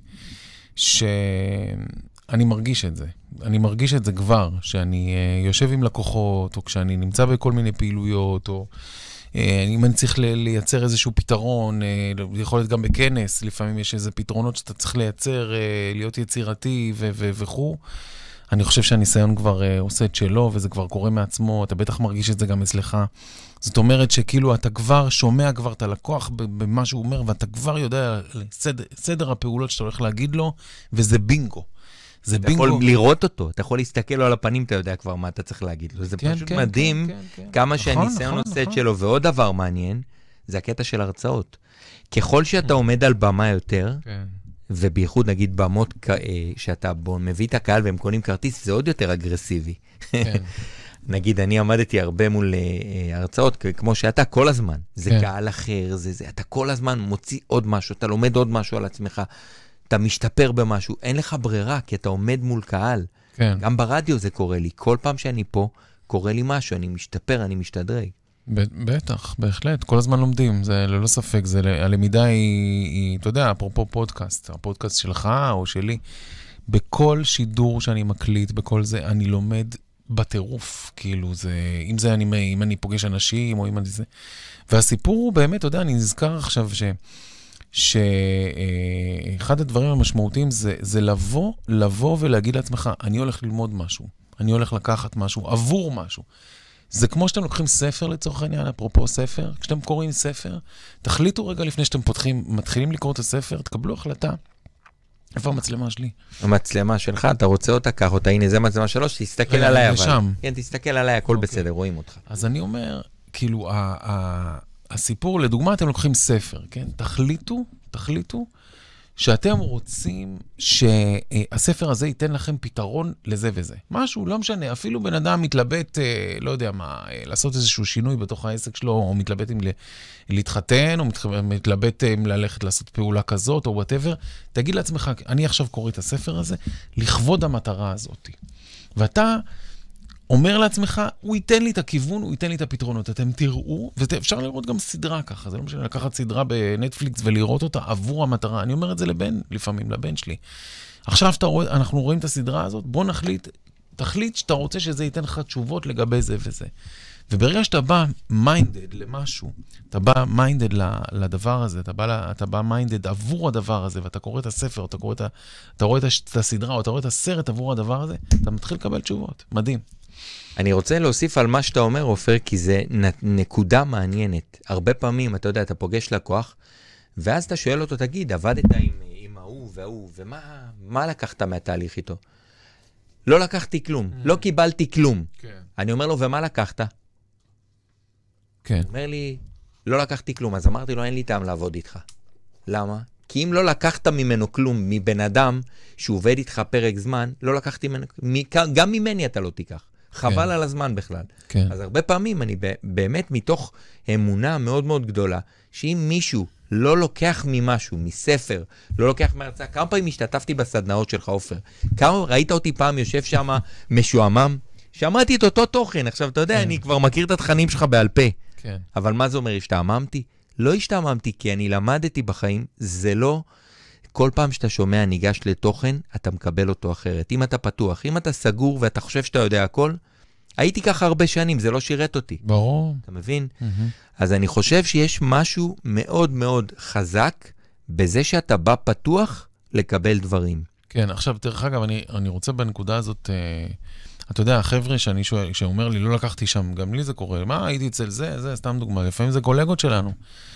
שאני מרגיש את זה. אני מרגיש את זה כבר, שאני יושב עם לקוחות, או כשאני נמצא בכל מיני פעילויות, או אם אני צריך לייצר איזשהו פתרון, יכול להיות גם בכנס, לפעמים יש איזה פתרונות שאתה צריך לייצר, להיות יצירתי וכו'. אני חושב שהניסיון כבר עושה את שלו, וזה כבר קורה מעצמו, אתה בטח מרגיש את זה גם אצלך. זאת אומרת שכאילו אתה כבר שומע כבר את הלקוח במה שהוא אומר, ואתה כבר יודע סדר, סדר הפעולות שאתה הולך להגיד לו, וזה בינגו. זה אתה בינגו. יכול לראות אותו, אתה יכול להסתכל לו על הפנים, אתה יודע כבר מה אתה צריך להגיד לו. זה כן, פשוט כן, מדהים כן, כן, כן. כמה נכון, שהניסיון נכון, עושה נכון. שלו, ועוד דבר מעניין, זה הקטע של הרצאות. ככל שאתה עומד על במה יותר, כן. ובייחוד נגיד במות שאתה מביא את הקהל והם קונים כרטיס, זה עוד יותר אגרסיבי. כן. נגיד, אני עמדתי הרבה מול הרצאות, כמו שאתה כל הזמן. זה כן. קהל אחר, זה, זה, אתה כל הזמן מוציא עוד משהו, אתה לומד עוד משהו על עצמך, אתה משתפר במשהו, אין לך ברירה, כי אתה עומד מול קהל. כן. גם ברדיו זה קורה לי, כל פעם שאני פה, קורה לי משהו, אני משתפר, אני משתדרג. בטח, בהחלט, כל הזמן לומדים, זה ללא ספק, זה, הלמידה היא, היא, אתה יודע, אפרופו פודקאסט, הפודקאסט שלך או שלי, בכל שידור שאני מקליט, בכל זה, אני לומד בטירוף, כאילו זה, אם זה אני, אם אני פוגש אנשים, או אם אני זה, והסיפור הוא באמת, אתה יודע, אני נזכר עכשיו ש, שאחד הדברים המשמעותיים זה, זה לבוא, לבוא ולהגיד לעצמך, אני הולך ללמוד משהו, אני הולך לקחת משהו, עבור משהו, זה כמו שאתם לוקחים ספר לצורך העניין, אפרופו ספר, כשאתם קוראים ספר, תחליטו רגע לפני שאתם פותחים, מתחילים לקרוא את הספר, תקבלו החלטה. איפה המצלמה שלי? המצלמה שלך, אתה רוצה אותה, קח אותה, הנה זה מצלמה שלו, תסתכל עליי, אבל. כן, תסתכל עליי, הכל בסדר, רואים אותך. אז אני אומר, כאילו, הסיפור, לדוגמה, אתם לוקחים ספר, כן? תחליטו, תחליטו, שאתם רוצים שהספר הזה ייתן לכם פתרון לזה וזה. משהו, לא משנה, אפילו בן אדם מתלבט, לא יודע מה, לעשות איזשהו שינוי בתוך העסק שלו, או מתלבט עם להתחתן, או מתלבט עם ללכת לעשות פעולה כזאת, או whatever, תגיד לעצמך, אני עכשיו קורא את הספר הזה, לכבוד המטרה הזאת. ואתה אומר לעצמך, הוא ייתן לי את הכיוון, הוא ייתן לי את הפתרונות. אתם תראו, ואפשר לראות גם סדרה ככה, זה לא משנה, לקחת סדרה בנטפליקס ולראות אותה עבור המטרה. אני אומר את זה לבן, לפעמים, לבן שלי. עכשיו רואה, אנחנו רואים את הסדרה הזאת, בוא נחליט, תחליט שאתה רוצה שזה ייתן לך תשובות לגבי זה וזה. וברגע שאתה בא מיינדד למשהו, אתה בא מיינדד לדבר הזה, אתה בא, אתה בא מיינדד עבור הדבר הזה, ואתה קורא את הספר, אתה קורא את, אתה רואה את הסדרה, או אתה רואה את הסרט עבור הדבר הזה, אתה מתחיל לקבל תשובות. מדהים. אני רוצה להוסיף על מה שאתה אומר, עופר, כי זה נקודה מעניינת. הרבה פעמים, אתה יודע, אתה פוגש לקוח, ואז אתה שואל אותו, תגיד, עבדת עם, עם ההוא וההוא, ומה מה לקחת מהתהליך איתו? לא לקחתי כלום, לא קיבלתי כלום. כן. אני אומר לו, ומה לקחת? כן. הוא אומר לי, לא לקחתי כלום. אז אמרתי לו, אין לי טעם לעבוד איתך. למה? כי אם לא לקחת ממנו כלום, מבן אדם שעובד איתך פרק זמן, לא לקחתי ממנו, גם ממני אתה לא תיקח. חבל כן. על הזמן בכלל. כן. אז הרבה פעמים אני באמת מתוך אמונה מאוד מאוד גדולה, שאם מישהו לא לוקח ממשהו, מספר, לא לוקח מהרצאה, כמה פעמים השתתפתי בסדנאות שלך, עופר? כמה ראית אותי פעם יושב שם משועמם? שמעתי את אותו תוכן, עכשיו אתה יודע, כן. אני כבר מכיר את התכנים שלך בעל פה. כן. אבל מה זה אומר, השתעממתי? לא השתעממתי, כי אני למדתי בחיים, זה לא... כל פעם שאתה שומע ניגש לתוכן, אתה מקבל אותו אחרת. אם אתה פתוח, אם אתה סגור ואתה חושב שאתה יודע הכל, הייתי ככה הרבה שנים, זה לא שירת אותי. ברור. אתה מבין? Mm-hmm. אז אני חושב שיש משהו מאוד מאוד חזק, בזה שאתה בא פתוח לקבל דברים. כן, עכשיו, דרך אגב, אני, אני רוצה בנקודה הזאת, אה, אתה יודע, החבר'ה שאני שואל, שאומר לי, לא לקחתי שם, גם לי זה קורה, מה, הייתי אצל זה, זה, סתם דוגמה, לפעמים זה קולגות שלנו.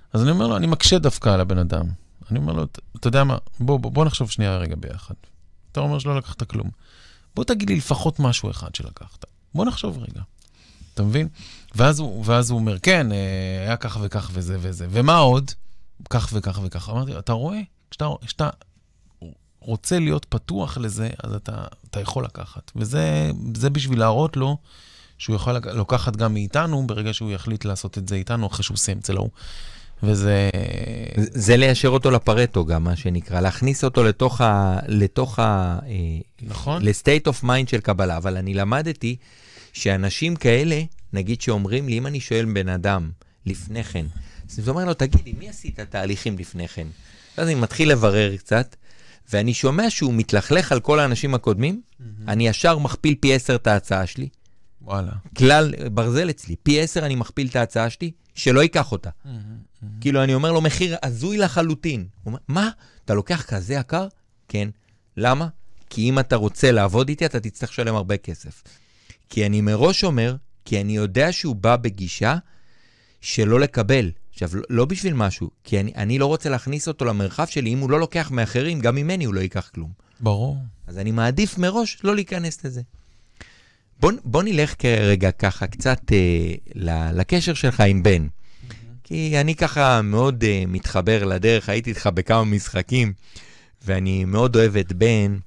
אז אני אומר לו, אני מקשה דווקא על הבן אדם. אני אומר לו, אתה יודע מה, בוא, בוא, בוא נחשוב שנייה רגע ביחד. אתה אומר שלא לקחת כלום. בוא תגיד לי לפחות משהו אחד שלקחת. בוא נחשוב רגע. אתה מבין? ואז הוא, ואז הוא אומר, כן, היה כך וכך וזה וזה. ומה עוד? כך וכך וכך. אמרתי, אתה רואה? כשאתה, כשאתה רוצה להיות פתוח לזה, אז אתה, אתה יכול לקחת. וזה, זה בשביל להראות לו שהוא יכול לקחת גם מאיתנו, ברגע שהוא יחליט לעשות את זה איתנו, אחרי שהוא סיים אצלו. וזה... זה ליישר אותו לפרטו גם, מה שנקרא, להכניס אותו לתוך ה... לתוך ה... נכון. ל-state of mind של קבלה, אבל אני למדתי שאנשים כאלה, נגיד שאומרים לי, אם אני שואל בן אדם לפני כן, אז אני אומר לו, תגידי, מי עשית תהליכים לפני כן? אז אני מתחיל לברר קצת, ואני שומע שהוא מתלכלך על כל האנשים הקודמים, mm-hmm. אני ישר מכפיל פי עשר את ההצעה שלי. וואלה. כלל ברזל אצלי, פי עשר אני מכפיל את ההצעה שלי, שלא ייקח אותה. Mm-hmm, mm-hmm. כאילו אני אומר לו, מחיר הזוי לחלוטין. הוא אומר, מה? אתה לוקח כזה יקר? כן. למה? כי אם אתה רוצה לעבוד איתי, אתה תצטרך לשלם הרבה כסף. כי אני מראש אומר, כי אני יודע שהוא בא בגישה שלא לקבל. עכשיו, לא בשביל משהו, כי אני, אני לא רוצה להכניס אותו למרחב שלי, אם הוא לא לוקח מאחרים, גם ממני הוא לא ייקח כלום. ברור. אז אני מעדיף מראש לא להיכנס לזה. בוא, בוא נלך כרגע ככה קצת אה, לקשר שלך עם בן. Mm-hmm. כי אני ככה מאוד אה, מתחבר לדרך, הייתי איתך בכמה משחקים, ואני מאוד אוהב את בן,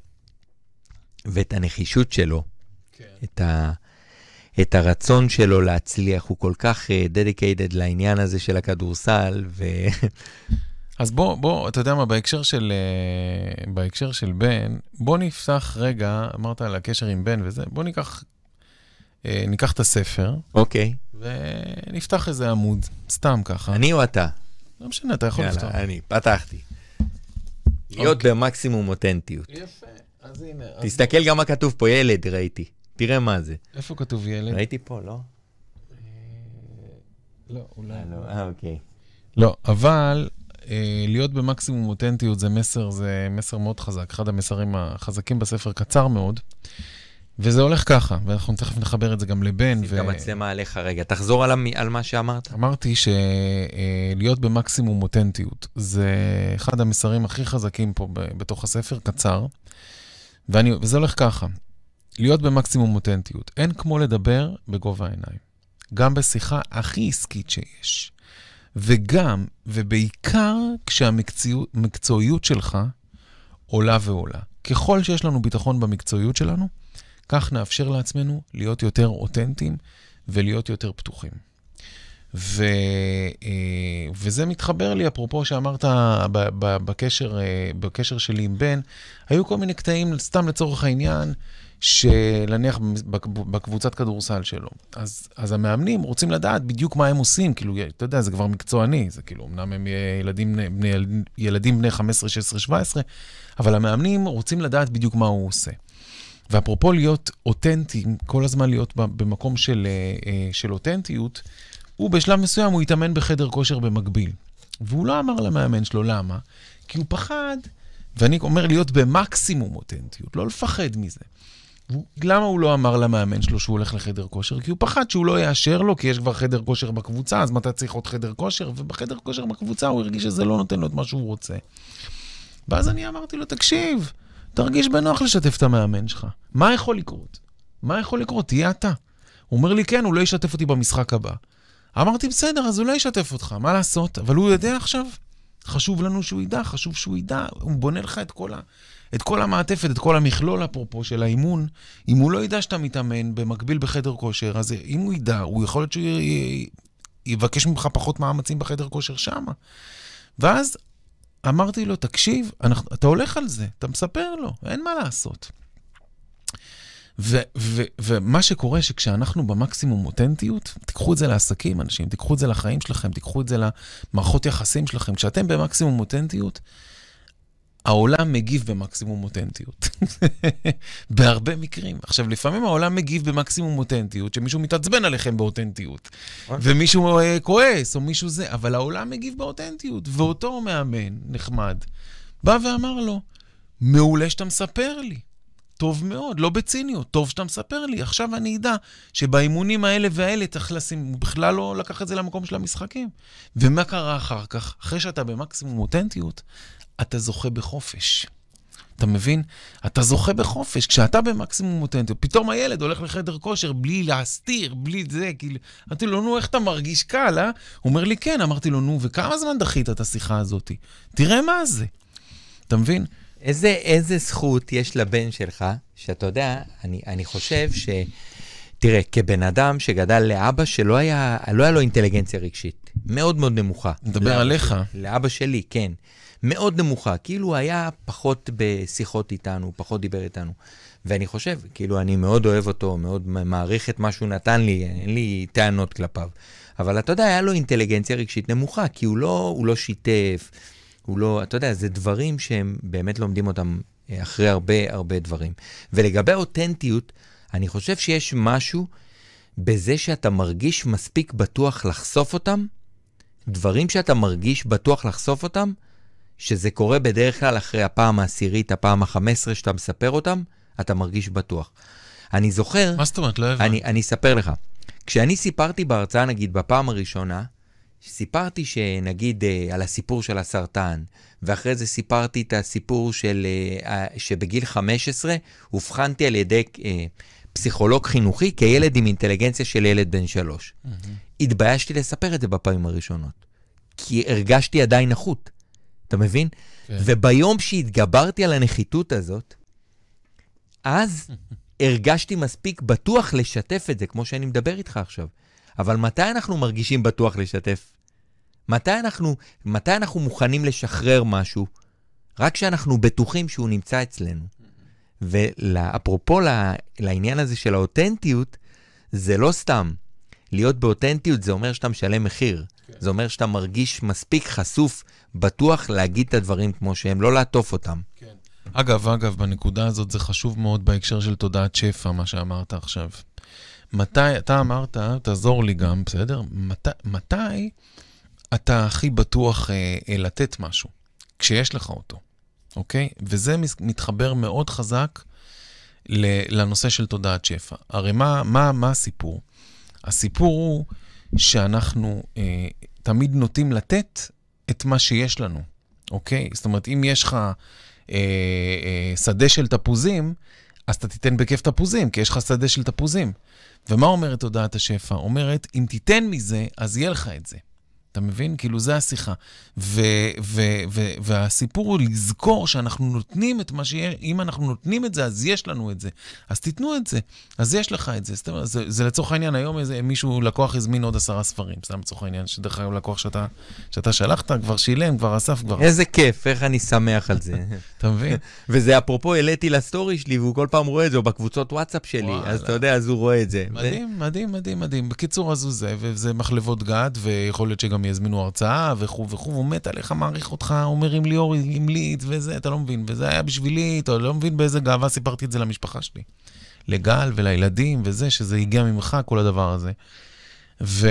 ואת הנחישות שלו, כן. את, ה, את הרצון שלו להצליח, הוא כל כך uh, dedicated לעניין הזה של הכדורסל, ו... אז בוא, בוא, אתה יודע מה, בהקשר של, uh, בהקשר של בן, בוא נפתח רגע, אמרת על הקשר עם בן וזה, בוא ניקח, uh, ניקח את הספר. אוקיי. ונפתח איזה עמוד, סתם ככה. אני או אתה? לא משנה, אתה יכול לפתוח. יאללה, אני, פתחתי. להיות במקסימום אותנטיות. יפה, אז הנה. תסתכל גם מה כתוב פה, ילד, ראיתי. תראה מה זה. איפה כתוב ילד? ראיתי פה, לא? לא, אולי. אה, אוקיי. לא, אבל להיות במקסימום אותנטיות זה מסר, זה מסר מאוד חזק. אחד המסרים החזקים בספר, קצר מאוד. וזה הולך ככה, ואנחנו תכף נחבר את זה גם לבן. שים גם מצלמה עליך רגע. תחזור על מה שאמרת. אמרתי שלהיות במקסימום אותנטיות זה אחד המסרים הכי חזקים פה בתוך הספר, קצר. וזה הולך ככה. להיות במקסימום אותנטיות. אין כמו לדבר בגובה העיניים. גם בשיחה הכי עסקית שיש. וגם, ובעיקר, כשהמקצועיות שלך עולה ועולה. ככל שיש לנו ביטחון במקצועיות שלנו, כך נאפשר לעצמנו להיות יותר אותנטיים ולהיות יותר פתוחים. ו, וזה מתחבר לי, אפרופו שאמרת בקשר, בקשר שלי עם בן, היו כל מיני קטעים, סתם לצורך העניין, שלניח בקבוצת כדורסל שלו. אז, אז המאמנים רוצים לדעת בדיוק מה הם עושים, כאילו, אתה יודע, זה כבר מקצועני, זה כאילו, אמנם הם ילדים בני, ילדים בני חמש עשרה, שש עשרה, שבע עשרה, אבל המאמנים רוצים לדעת בדיוק מה הוא עושה. ואפרופו להיות אותנטיים, כל הזמן להיות במקום של, של אותנטיות, הוא בשלב מסוים, הוא יתאמן בחדר כושר במקביל. והוא לא אמר למאמן שלו, למה? כי הוא פחד, ואני אומר להיות במקסימום אותנטיות, לא לפחד מזה. למה הוא לא אמר למאמן שלו שהוא הולך לחדר כושר? כי הוא פחד שהוא לא יאשר לו, כי יש כבר חדר כושר בקבוצה, אז מתי צריך עוד חדר כושר? ובחדר כושר בקבוצה הוא הרגיש שזה לא נותן לו את מה שהוא רוצה. ואז אני אמרתי לו, תקשיב, תרגיש בנוח לשתף את המאמן שלך. מה יכול לקרות? מה יכול לקרות? תהיה אתה. הוא אומר לי, כן, הוא לא ישתף אותי במשחק הבא. אמרתי, בסדר, אז הוא לא ישתף אותך, מה לעשות? אבל הוא יודע עכשיו, חשוב לנו שהוא ידע, חשוב שהוא ידע, הוא בונה לך את כל, ה, את כל המעטפת, את כל המכלול אפרופו של האימון. אם הוא לא ידע שאתה מתאמן במקביל בחדר כושר, אז אם הוא ידע, הוא יכול להיות שהוא י, י, יבקש ממך פחות מאמצים בחדר כושר שם. ואז אמרתי לו, תקשיב, אנחנו, אתה הולך על זה, אתה מספר לו, אין מה לעשות. ו- ו- ומה שקורה שכשאנחנו במקסימום אותנטיות, תיקחו את זה לעסקים, אנשים, תיקחו את זה לחיים שלכם, תיקחו את זה למערכות יחסים שלכם. כשאתם במקסימום אותנטיות, העולם מגיב במקסימום אותנטיות. בהרבה מקרים. עכשיו, לפעמים העולם מגיב במקסימום אותנטיות, שמישהו מתעצבן עליכם באותנטיות, ומישהו כועס, או מישהו זה, אבל העולם מגיב באותנטיות, ואותו מאמן נחמד, בא ואמר לו, מעולה שאתה מספר לי. טוב מאוד, לא בציניות, טוב שאתה מספר לי. עכשיו אני אדע שבאימונים האלה והאלה צריך לשים, הוא בכלל לא לקח את זה למקום של המשחקים. ומה קרה אחר כך? אחרי שאתה במקסימום אותנטיות, אתה זוכה בחופש. אתה מבין? אתה זוכה בחופש. כשאתה במקסימום אותנטיות, פתאום הילד הולך לחדר כושר בלי להסתיר, בלי זה, כאילו, אמרתי לו, נו, איך אתה מרגיש קל, אה? הוא אומר לי, כן, אמרתי לו, נו, וכמה זמן דחית את השיחה הזאת? תראה מה זה. אתה מבין? איזה, איזה זכות יש לבן שלך, שאתה יודע, אני, אני חושב ש... תראה, כבן אדם שגדל לאבא שלא היה, לא היה לו אינטליגנציה רגשית, מאוד מאוד נמוכה. מדבר עליך. לאבא שלי, כן. מאוד נמוכה, כאילו היה פחות בשיחות איתנו, פחות דיבר איתנו. ואני חושב, כאילו אני מאוד אוהב אותו, מאוד מעריך את מה שהוא נתן לי, אין לי טענות כלפיו. אבל אתה יודע, היה לו אינטליגנציה רגשית נמוכה, כי הוא לא, הוא לא שיתף, הוא לא, אתה יודע, זה דברים שהם באמת לומדים אותם אחרי הרבה הרבה דברים. ולגבי האותנטיות, אני חושב שיש משהו בזה שאתה מרגיש מספיק בטוח לחשוף אותם, דברים שאתה מרגיש בטוח לחשוף אותם, שזה קורה בדרך כלל אחרי הפעם העשירית, הפעם ה-חמש עשרה שאתה מספר אותם, אתה מרגיש בטוח. אני זוכר... מה זאת אומרת? לא הבנתי. אני, אני אספר לך. כשאני סיפרתי בהרצאה, נגיד, בפעם הראשונה, סיפרתי שנגיד על הסיפור של הסרטן, ואחרי זה סיפרתי את הסיפור של, שבגיל חמש עשרה הובחנתי על ידי פסיכולוג חינוכי כילד עם אינטליגנציה של ילד בן שלוש. Mm-hmm. התביישתי לספר את זה בפעמים הראשונות, כי הרגשתי עדיין נחות. אתה מבין? כן. וביום שהתגברתי על הנחיתות הזאת, אז הרגשתי מספיק בטוח לשתף את זה, כמו שאני מדבר איתך עכשיו. אבל מתי אנחנו מרגישים בטוח לשתף? מתי אנחנו, מתי אנחנו מוכנים לשחרר משהו? רק כשאנחנו בטוחים שהוא נמצא אצלנו. ואפרופו לעניין הזה של האותנטיות, זה לא סתם. להיות באותנטיות זה אומר שאתה משלם מחיר. כן. זה אומר שאתה מרגיש מספיק חשוף, בטוח להגיד את הדברים כמו שהם, לא לעטוף אותם. כן. אגב, אגב, בנקודה הזאת זה חשוב מאוד בהקשר של תודעת שפע, מה שאמרת עכשיו. מתי, אתה אמרת, תעזור לי גם, בסדר? מת, מתי אתה הכי בטוח אה, אה, לתת משהו? כשיש לך אותו, אוקיי? וזה מתחבר מאוד חזק לנושא של תודעת שפע. הרי מה, מה, מה הסיפור? הסיפור הוא שאנחנו אה, תמיד נוטים לתת את מה שיש לנו, אוקיי? זאת אומרת, אם יש לך אה, אה, שדה של תפוזים, אז אתה תיתן בכיף תפוזים, כי יש לך שדה של תפוזים. ומה אומרת תודעת השפע? אומרת, אם תיתן מזה, אז יהיה לך את זה. אתה מבין? כאילו זה השיחה. ו- ו- ו- והסיפור הוא לזכור שאנחנו נותנים את מה שיהיה, אם אנחנו נותנים את זה, אז יש לנו את זה. אז תיתנו את זה, אז יש לך את זה. זה, זה, זה לצורך העניין, היום איזה, מישהו, לקוח הזמין עוד עשרה ספרים, סתם לצורך העניין, שדרך אגב לקוח שאתה, שאתה שלחת, כבר שילם, כבר אסף, כבר... איזה כיף, איך אני שמח על זה. אתה מבין? וזה אפרופו, העליתי לסטורי שלי, והוא כל פעם רואה את זה, או בקבוצות וואטסאפ שלי, אז אתה יודע, אז הוא רואה את זה. מדהים, מדהים, מדהים, מדהים. בקיצור, אז הוא זה, וזה מחלבות גד, ויכול להיות שגם יזמינו הרצאה, וכו וכו, הוא מת עליך, מעריך אותך, אומר עם ליאור, עם ליט, וזה, אתה לא מבין, וזה היה בשבילי, אתה לא מבין באיזה גאווה סיפרתי את זה למשפחה שלי. לגל ולילדים, וזה, שזה הגיע ממך, כל הדבר הזה. ו...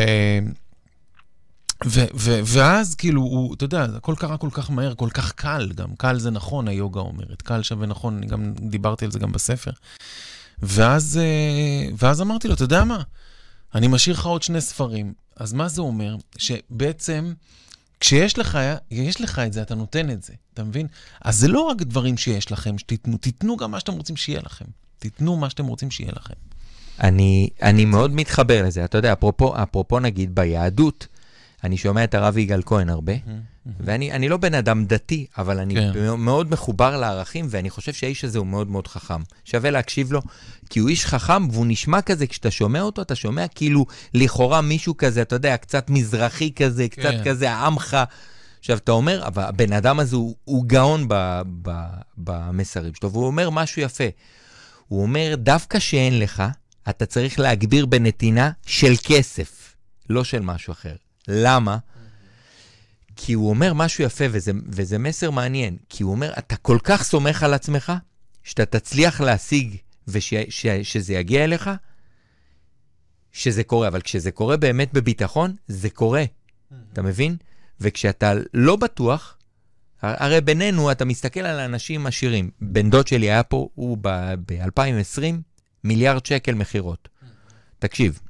ו- ו- ואז כאילו, הוא, אתה יודע, הכל קרה כל כך מהר, כל כך קל גם. קל זה נכון, היוגה אומרת. קל שווה נכון, אני גם דיברתי על זה גם בספר. ואז, ואז אמרתי לו, אתה יודע מה? אני משאיר לך עוד שני ספרים. אז מה זה אומר? שבעצם, כשיש לך, יש לך את זה, אתה נותן את זה. אתה מבין? אז זה לא רק דברים שיש לכם, שתיתנו, תיתנו גם מה שאתם רוצים שיהיה לכם. תיתנו מה שאתם רוצים שיהיה לכם. אני, אני מאוד מתחבר לזה. אתה יודע, אפרופו, אפרופו נגיד ביהדות, אני שומע את הרב יגאל כהן הרבה, ואני אני לא בן אדם דתי, אבל אני מאוד מחובר לערכים, ואני חושב שהאיש הזה הוא מאוד מאוד חכם. שווה להקשיב לו, כי הוא איש חכם, והוא נשמע כזה, כשאתה שומע אותו, אתה שומע כאילו לכאורה מישהו כזה, אתה יודע, קצת מזרחי כזה, קצת כזה העמך. עכשיו, אתה אומר, אבל הבן אדם הזה הוא, הוא גאון ב, ב, במסרים שלו, והוא אומר משהו יפה. הוא אומר, דווקא שאין לך, אתה צריך להגביר בנתינה של כסף, לא של משהו אחר. למה? כי הוא אומר משהו יפה, וזה, וזה מסר מעניין. כי הוא אומר, אתה כל כך סומך על עצמך, שאתה תצליח להשיג, ושזה יגיע אליך, שזה קורה. אבל כשזה קורה באמת בביטחון, זה קורה. אתה מבין? וכשאתה לא בטוח, הרי בינינו, אתה מסתכל על האנשים עשירים. בן דוד שלי היה פה, הוא ב-אלפיים ועשרים, מיליארד שקל מחירות. תקשיב,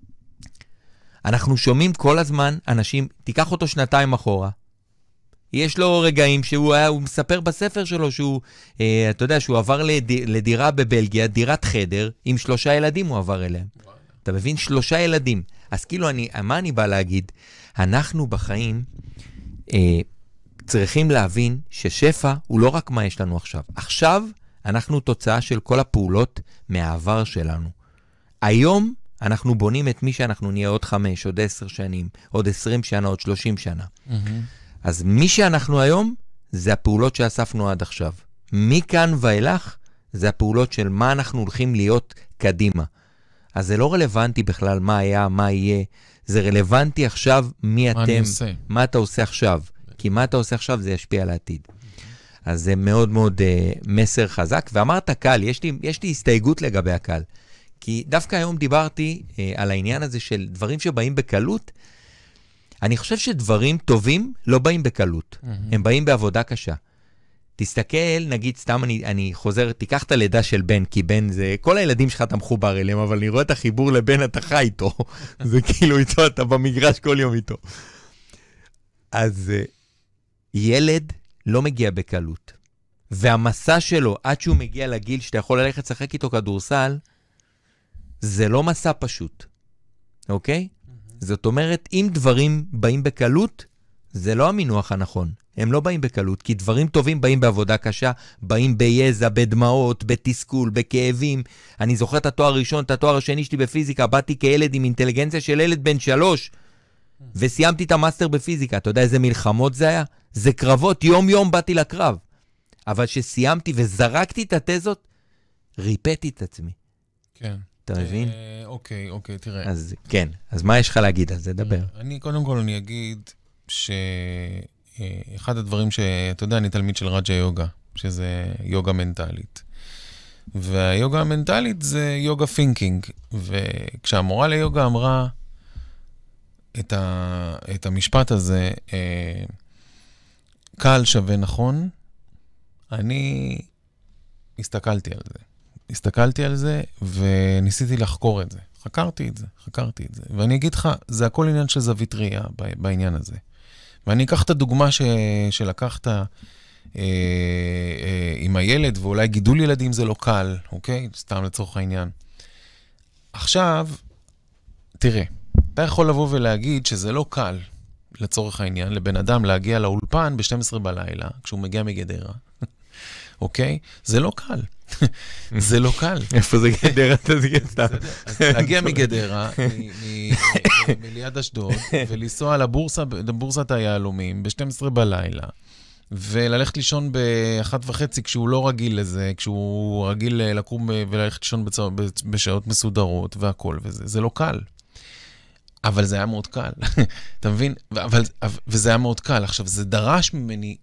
אנחנו שומעים כל הזמן אנשים, תיקח אותו שנתיים אחורה, יש לו רגעים שהוא היה, הוא מספר בספר שלו שהוא, אה, אתה יודע, שהוא עבר לד, לדירה בבלגיה, דירת חדר, עם שלושה ילדים הוא עבר אליהם. וואו. אתה מבין? שלושה ילדים. אז כאילו, אני, מה אני בא להגיד? אנחנו בחיים אה, צריכים להבין ששפע הוא לא רק מה יש לנו עכשיו. עכשיו אנחנו תוצאה של כל הפעולות מהעבר שלנו. היום אנחנו בונים את מי שאנחנו נהיה עוד חמש, עוד עשר שנים, עוד עשרים שנה, עוד שלושים שנה. Mm-hmm. אז מי שאנחנו היום, זה הפעולות שאספנו עד עכשיו. מכאן ואילך, זה הפעולות של מה אנחנו הולכים להיות קדימה. אז זה לא רלוונטי בכלל מה היה, מה יהיה. זה רלוונטי עכשיו מי מה אתם, מה אתה עושה עכשיו. כי מה אתה עושה עכשיו זה ישפיע על העתיד. אז זה מאוד מאוד uh, מסר חזק. ואמרת קל, יש לי, יש לי הסתייגות לגבי הקל. כי דווקא היום דיברתי uh, על העניין הזה של דברים שבאים בקלות. אני חושב שדברים טובים לא באים בקלות. Mm-hmm. הם באים בעבודה קשה. תסתכל, נגיד, סתם אני, אני חוזר, תיקח את הלידה של בן, כי בן זה, כל הילדים שלך אתה מחובר אליהם, אבל אני רואה את החיבור לבן, אתה חי איתו. זה כאילו איתו, אתה במגרש כל יום איתו. אז ילד לא מגיע בקלות. והמסע שלו, עד שהוא מגיע לגיל שאתה יכול ללכת לשחק איתו כדורסל, זה לא מסע פשוט. אוקיי? Mm-hmm. זאת אומרת, אם דברים באים בקלות, זה לא המינוח הנכון. הם לא באים בקלות, כי דברים טובים באים בעבודה קשה, באים ביזע, בדמעות, בתסכול, בכאבים. אני זוכר את התואר הראשון, את התואר השני שלי בפיזיקה, באתי כילד עם אינטליגנציה של ילד בן שלוש, וסיימתי את המאסטר בפיזיקה. אתה יודע איזה מלחמות זה היה? זה קרבות, יום יום באתי לקרב. אבל שסיימתי וזרקתי את התזות, ריפאתי את עצמי. כן. אתה מבין? אוקיי, אוקיי, תראה. אז כן, אז מה יש לך להגיד על זה? דבר. אני, קודם כל, אני אגיד ש... אחד הדברים שאתה יודע, אני תלמיד של רג'ה יוגה, שזה יוגה מנטלית. והיוגה המנטלית זה יוגה פינקינג. וכשהמורה ליוגה אמרה את, ה, את המשפט הזה, קל שווה נכון, אני הסתכלתי על זה. הסתכלתי על זה וניסיתי לחקור את זה. חקרתי את זה, חקרתי את זה. ואני אגיד לך, זה הכל עניין של זווית ראייה בעניין הזה. ואני אקח את הדוגמה ש... שלקחת אה, אה, עם הילד, ואולי גידול ילדים זה לא קל, אוקיי? סתם לצורך העניין. עכשיו, תראה, אתה יכול לבוא ולהגיד שזה לא קל, לצורך העניין, לבן אדם להגיע לאולפן ב-שתים עשרה בלילה, כשהוא מגיע מגדרה, אוקיי? זה לא קל. זה לא קל. איפה זה גדרה? להגיע מגדרה, מליד אשדוד, ולנסוע לבורסת היהלומים ב-שתים עשרה בלילה, וללכת לישון באחת וחצי כשהוא לא רגיל לזה, כשהוא רגיל לקום וללכת לישון בשעות מסודרות והכל, וזה לא קל. אבל זה היה מאוד קל. אתה מבין? וזה היה מאוד קל. עכשיו, זה דרש ממני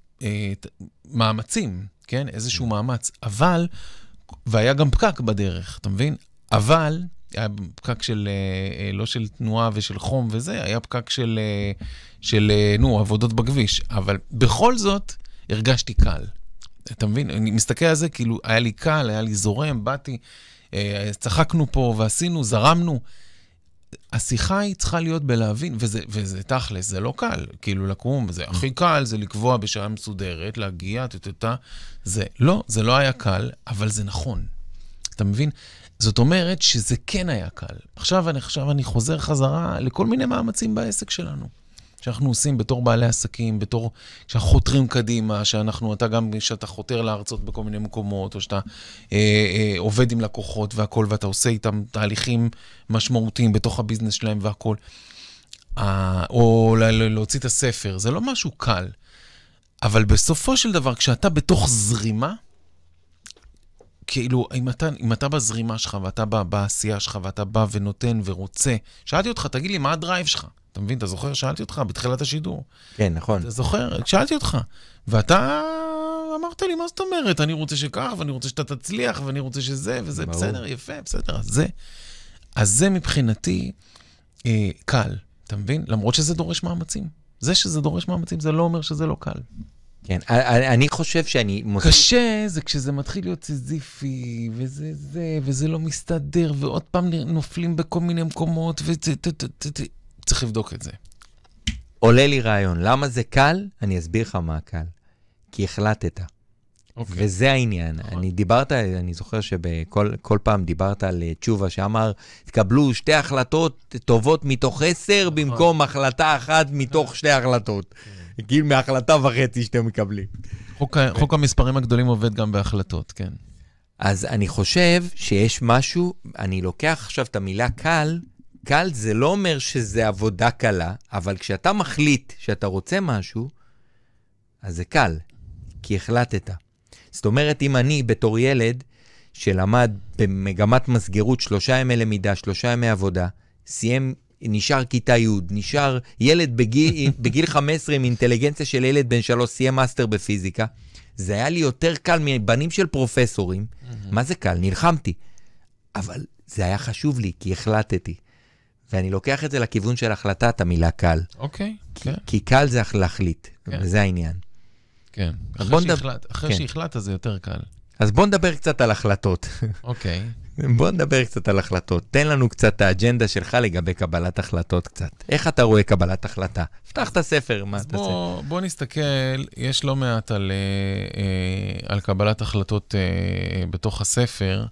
מאמצים, כן? איזשהו מאמץ. אבל, והיה גם פקק בדרך, אתה מבין? אבל, היה פקק של, לא של תנועה ושל חום וזה, היה פקק של, של, נו, עבודות בכביש. אבל בכל זאת, הרגשתי קל. אתה מבין? אני מסתכל על זה, כאילו, היה לי קל, היה לי זורם, באתי, צחקנו פה ועשינו, זרמנו. השיחה היא צריכה להיות בלהבין, וזה, וזה תכלס, זה לא קל, כאילו לקום, זה הכי קל, זה לקבוע בשעה מסודרת, להגיע, תתתה, זה לא, זה לא היה קל, אבל זה נכון. אתה מבין? זאת אומרת שזה כן היה קל. עכשיו אני, עכשיו אני חוזר חזרה לכל מיני מאמצים בעסק שלנו, שאנחנו עושים בתור בעלי עסקים, בתור, שאנחנו חותרים קדימה, שאנחנו, אתה גם, שאתה חותר לארצות בכל מיני מקומות, או שאתה אה, אה, עובד עם לקוחות והכל, ואתה עושה איתם תהליכים משמעותיים בתוך הביזנס שלהם והכל, אה, או להוציא את הספר, זה לא משהו קל. אבל בסופו של דבר, כשאתה בתוך זרימה, כאילו, אם אתה, אם אתה בזרימה שלך, ואתה בא, בעשייה שלך, ואתה בא ונותן ורוצה, שאלתי אותך, תגיד לי, מה הדרייב שלך? אתה מבין? אתה זוכר? שאלתי אותך בתחילת השידור. כן, נכון. אתה זוכר? שאלתי אותך. ואתה אמרת לי, מה זאת אומרת? אני רוצה שכך, ואני רוצה שאתה תצליח, ואני רוצה שזה, וזה ברור. בסדר, יפה, בסדר. אז זה, אז זה מבחינתי אה, קל. אתה מבין? למרות שזה דורש מאמצים. זה שזה דורש מאמצים, זה לא אומר שזה לא קל. כן, אני חושב שאני... קשה זה כשזה מתחיל להיות סיזיפי, וזה זה, וזה לא מסתדר, ועוד פעם נופלים בכל מיני מקומות, וצריך לבדוק את זה. עולה לי רעיון. למה זה קל? אני אסביר לך מה קל. כי החלטת. Okay. וזה העניין. Okay. אני דיברת, אני זוכר שבכל כל פעם דיברת על תשובה שאמר, תקבלו שתי החלטות טובות מתוך עשר, okay. במקום החלטה אחת מתוך שתי החלטות. Okay. כאילו מהחלטה וחצי שאתם מקבלים. חוק, ו... חוק המספרים הגדולים עובד גם בהחלטות, כן. אז אני חושב שיש משהו, אני לוקח עכשיו את המילה קל, קל זה לא אומר שזה עבודה קלה, אבל כשאתה מחליט שאתה רוצה משהו, אז זה קל, כי החלטת. זאת אומרת, אם אני בתור ילד שלמד במגמת מסגרות שלושה ימי למידה, שלושה ימי עבודה, סיים, נשאר כיתה י', נשאר ילד בגיל, בגיל חמש עשרה עם אינטליגנציה של ילד בן שלוש, סיים מאסטר בפיזיקה, זה היה לי יותר קל מבנים של פרופסורים. מה זה קל? נלחמתי. אבל זה היה חשוב לי, כי החלטתי. ואני לוקח את זה לכיוון של החלטת המילה קל. אוקיי, כי, כן. כי קל זה להחליט, כן. וזה העניין. כן, אחרי, שהחלט, אחרי כן. שהחלטת זה יותר קל. אז בוא נדבר קצת על החלטות. אוקיי. בוא נדבר קצת על החלטות. תן לנו קצת את האג'נדה שלך לגבי קבלת החלטות קצת. איך אתה רואה קבלת החלטה? פתח את הספר, מה אתה בוא, בוא נסתכל, יש לא מעט על, על קבלת החלטות בתוך הספר,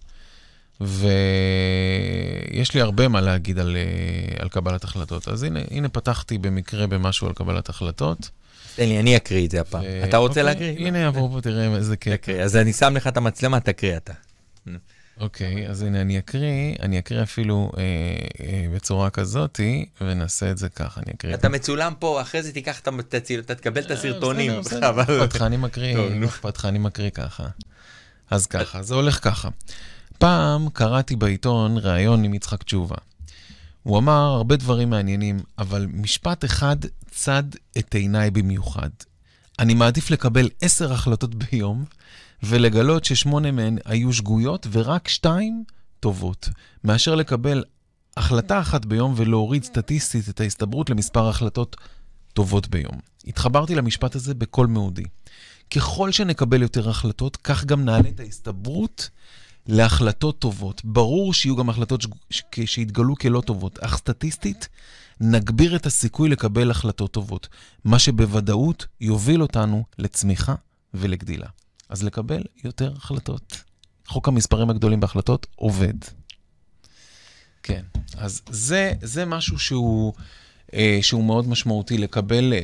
ויש לי הרבה מה להגיד על, על קבלת החלטות. אז הנה, הנה פתחתי במקרה במשהו על קבלת החלטות. תן לי, אני אקריא את זה הפעם. אתה רוצה להקריא? הנה, בוא, בוא תראה איזה קטע. אז אני שם לך את המצלמה, תקריא אתה. אוקיי, אז הנה אני אקריא, אני אקריא אפילו בצורה כזאת, ונעשה את זה ככה, אני אקריא. אתה מצולם פה, אחרי זה תיקח, אתה תקבל את הסרטונים. בסדר, בסדר, אני מקריא, פתחה, אני מקריא ככה. אז ככה, זה הולך ככה. פעם קראתי בעיתון ראיון עם יצחק תשובה. הוא אמר הרבה דברים מעניינים, אבל משפט אחד צד את עיניי במיוחד. אני מעדיף לקבל עשר החלטות ביום, ולגלות ששמונה מהן היו שגויות, ורק שתיים טובות, מאשר לקבל החלטה אחת ביום, ולהוריד סטטיסטית את ההסתברות למספר החלטות טובות ביום. התחברתי למשפט הזה בכל מאודי. ככל שנקבל יותר החלטות, כך גם נעלה את ההסתברות להחלטות טובות. ברור שיהיו גם החלטות שהתגלו כלא טובות, אך סטטיסטית נגביר את הסיכוי לקבל החלטות טובות, מה שבוודאות יוביל אותנו לצמיחה ולגדילה. אז לקבל יותר החלטות. חוק המספרים הגדולים בהחלטות עובד. כן, אז זה, זה משהו שהוא, אה, שהוא מאוד משמעותי, לקבל אה,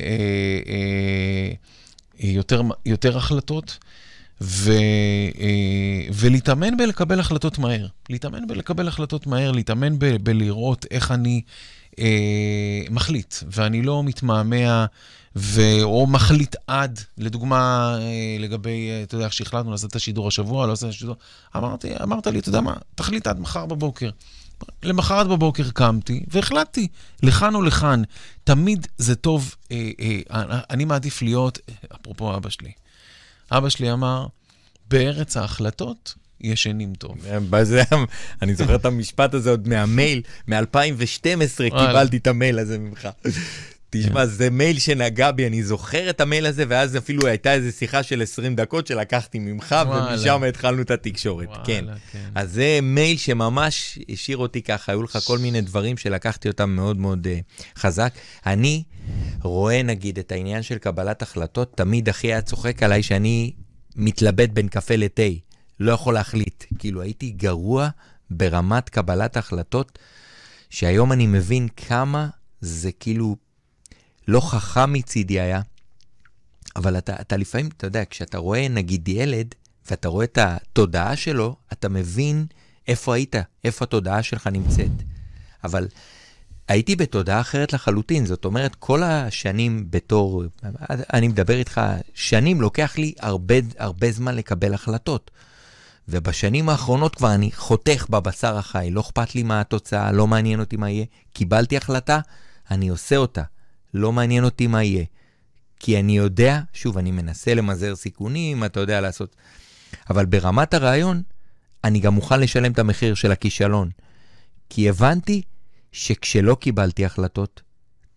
אה, יותר, יותר החלטות, ו, אה, ולהתאמן בלקבל החלטות מהר. להתאמן בלקבל החלטות מהר, להתאמן ב, בלראות איך אני אה, מחליט, ואני לא מתמהמה, ו... או מחליט עד, לדוגמה, לגבי, אתה יודע, שהחלטנו לעשות את השידור השבוע, לא לעשות את השידור, אמרתי, אמרת לי, אתה יודע מה, תחליט עד מחר בבוקר. למחרת בבוקר קמתי, והחלטתי, לכאן או לכאן, תמיד זה טוב, אה, אה, אני מעדיף להיות, אפרופו אבא שלי, אבא שלי אמר, בארץ ההחלטות, ישנים טוב. בזה, אני זוכר את המשפט הזה עוד מהמייל, מ-אלפיים ושתים עשרה קיבלתי את המייל הזה ממך. תשמע, זה מייל שנגע בי, אני זוכר את המייל הזה, ואז אפילו הייתה איזו שיחה של עשרים דקות שלקחתי ממך, ומשם התחלנו את התקשורת. כן. אז זה מייל שממש השאיר אותי ככה, היו לך כל מיני דברים שלקחתי אותם מאוד מאוד חזק. אני רואה, נגיד, את העניין של קבלת החלטות, תמיד אחי היה צוחק עליי שאני מתלבט בין קפה לתה, לא יכול להחליט. כאילו, הייתי גרוע ברמת קבלת החלטות, שהיום אני מבין כמה זה כאילו לא חכם מצידי היה, אבל אתה, אתה לפעמים, אתה יודע, כשאתה רואה נגיד ילד, ואתה רואה את התודעה שלו, אתה מבין איפה היית, איפה התודעה שלך נמצאת. אבל הייתי בתודעה אחרת לחלוטין, זאת אומרת, כל השנים בתור, אני מדבר איתך, שנים לוקח לי הרבה, הרבה זמן לקבל החלטות. ובשנים האחרונות כבר אני חותך בבשר החי, לא אכפת לי מה התוצאה, לא מעניין אותי מה יהיה. קיבלתי החלטה, אני עושה אותה. לא מעניין אותי מה יהיה. כי אני יודע, שוב, אני מנסה למזער סיכונים, אתה יודע לעשות. אבל ברמת הרעיון, אני גם מוכן לשלם את המחיר של הכישלון. כי הבנתי שכשלא קיבלתי החלטות,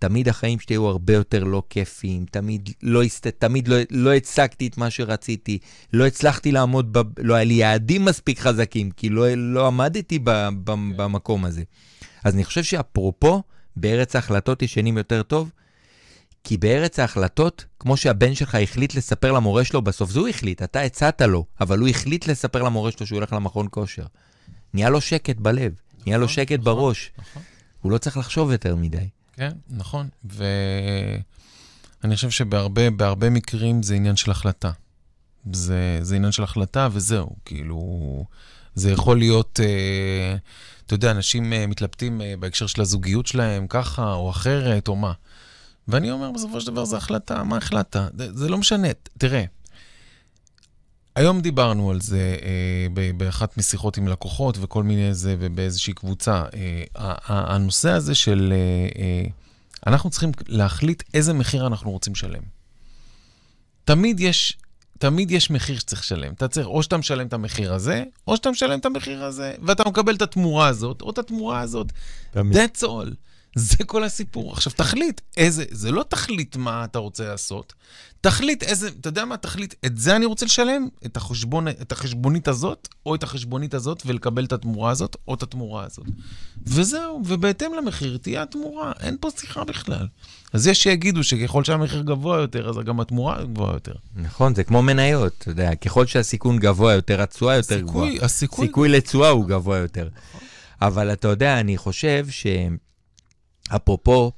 תמיד החיים שלי היו הרבה יותר לא כיפיים, תמיד לא, הסת... תמיד לא, לא הצגתי את מה שרציתי, לא הצלחתי לעמוד, ב... לא היה לי יעדים מספיק חזקים, כי לא, לא עמדתי ב... ב... במקום הזה. אז אני חושב שאפרופו, בארץ ההחלטות ישנים יותר טוב, כי בארץ ההחלטות, כמו שהבן שלך החליט לספר למורה שלו, בסוף זו החליט, אתה הצעת לו, אבל הוא החליט לספר למורה שלו שהוא הולך למכון כושר. נהיה לו שקט בלב, נכון, נהיה לו שקט נכון, בראש. נכון. הוא לא צריך לחשוב יותר מדי. כן, נכון. ואני חושב שבהרבה בהרבה מקרים זה עניין של החלטה. זה, זה עניין של החלטה וזהו. כאילו, זה יכול להיות, אה, אתה יודע, אנשים אה, מתלבטים אה, בהקשר של הזוגיות שלהם, ככה או אחרת או מה. ואני אומר, בסופו של דבר זה החלטה. מה החלטה? זה, זה לא משנה. תראה, היום דיברנו על זה אה, באחת משיחות עם לקוחות וכל מיני זה, ובאיזושהי קבוצה. אה, הנושא הזה של, אה, אה, אנחנו צריכים להחליט איזה מחיר אנחנו רוצים לשלם. תמיד יש, תמיד יש מחיר שצריך לשלם. אתה צריך, או שאתה משלם את המחיר הזה, או שאתה משלם את המחיר הזה, ואתה מקבל את התמורה הזאת, או את התמורה הזאת. תמיד. That's all. זה כל הסיפור. עכשיו, תחליט איזה, זה לא תחליט מה אתה רוצה לעשות, תחליט איזה, אתה יודע מה, תחליט, את זה אני רוצה לשלם, את החשבון, את החשבונית הזאת, או את החשבונית הזאת, ולקבל את התמורה הזאת, או את התמורה הזאת. וזהו, ובהתאם למחיר תהיה התמורה, אין פה שיחה בכלל. אז יש שיגידו שככל שהמחיר גבוה יותר, אז גם התמורה גבוהה יותר. נכון, זה כמו מניות, אתה יודע, ככל שהסיכון גבוה יותר, התשואה יותר גבוהה. הסיכוי, סיכוי לתשואה הוא גבוה יותר. אבל אתה יודע, אני חושב ש אפרופו,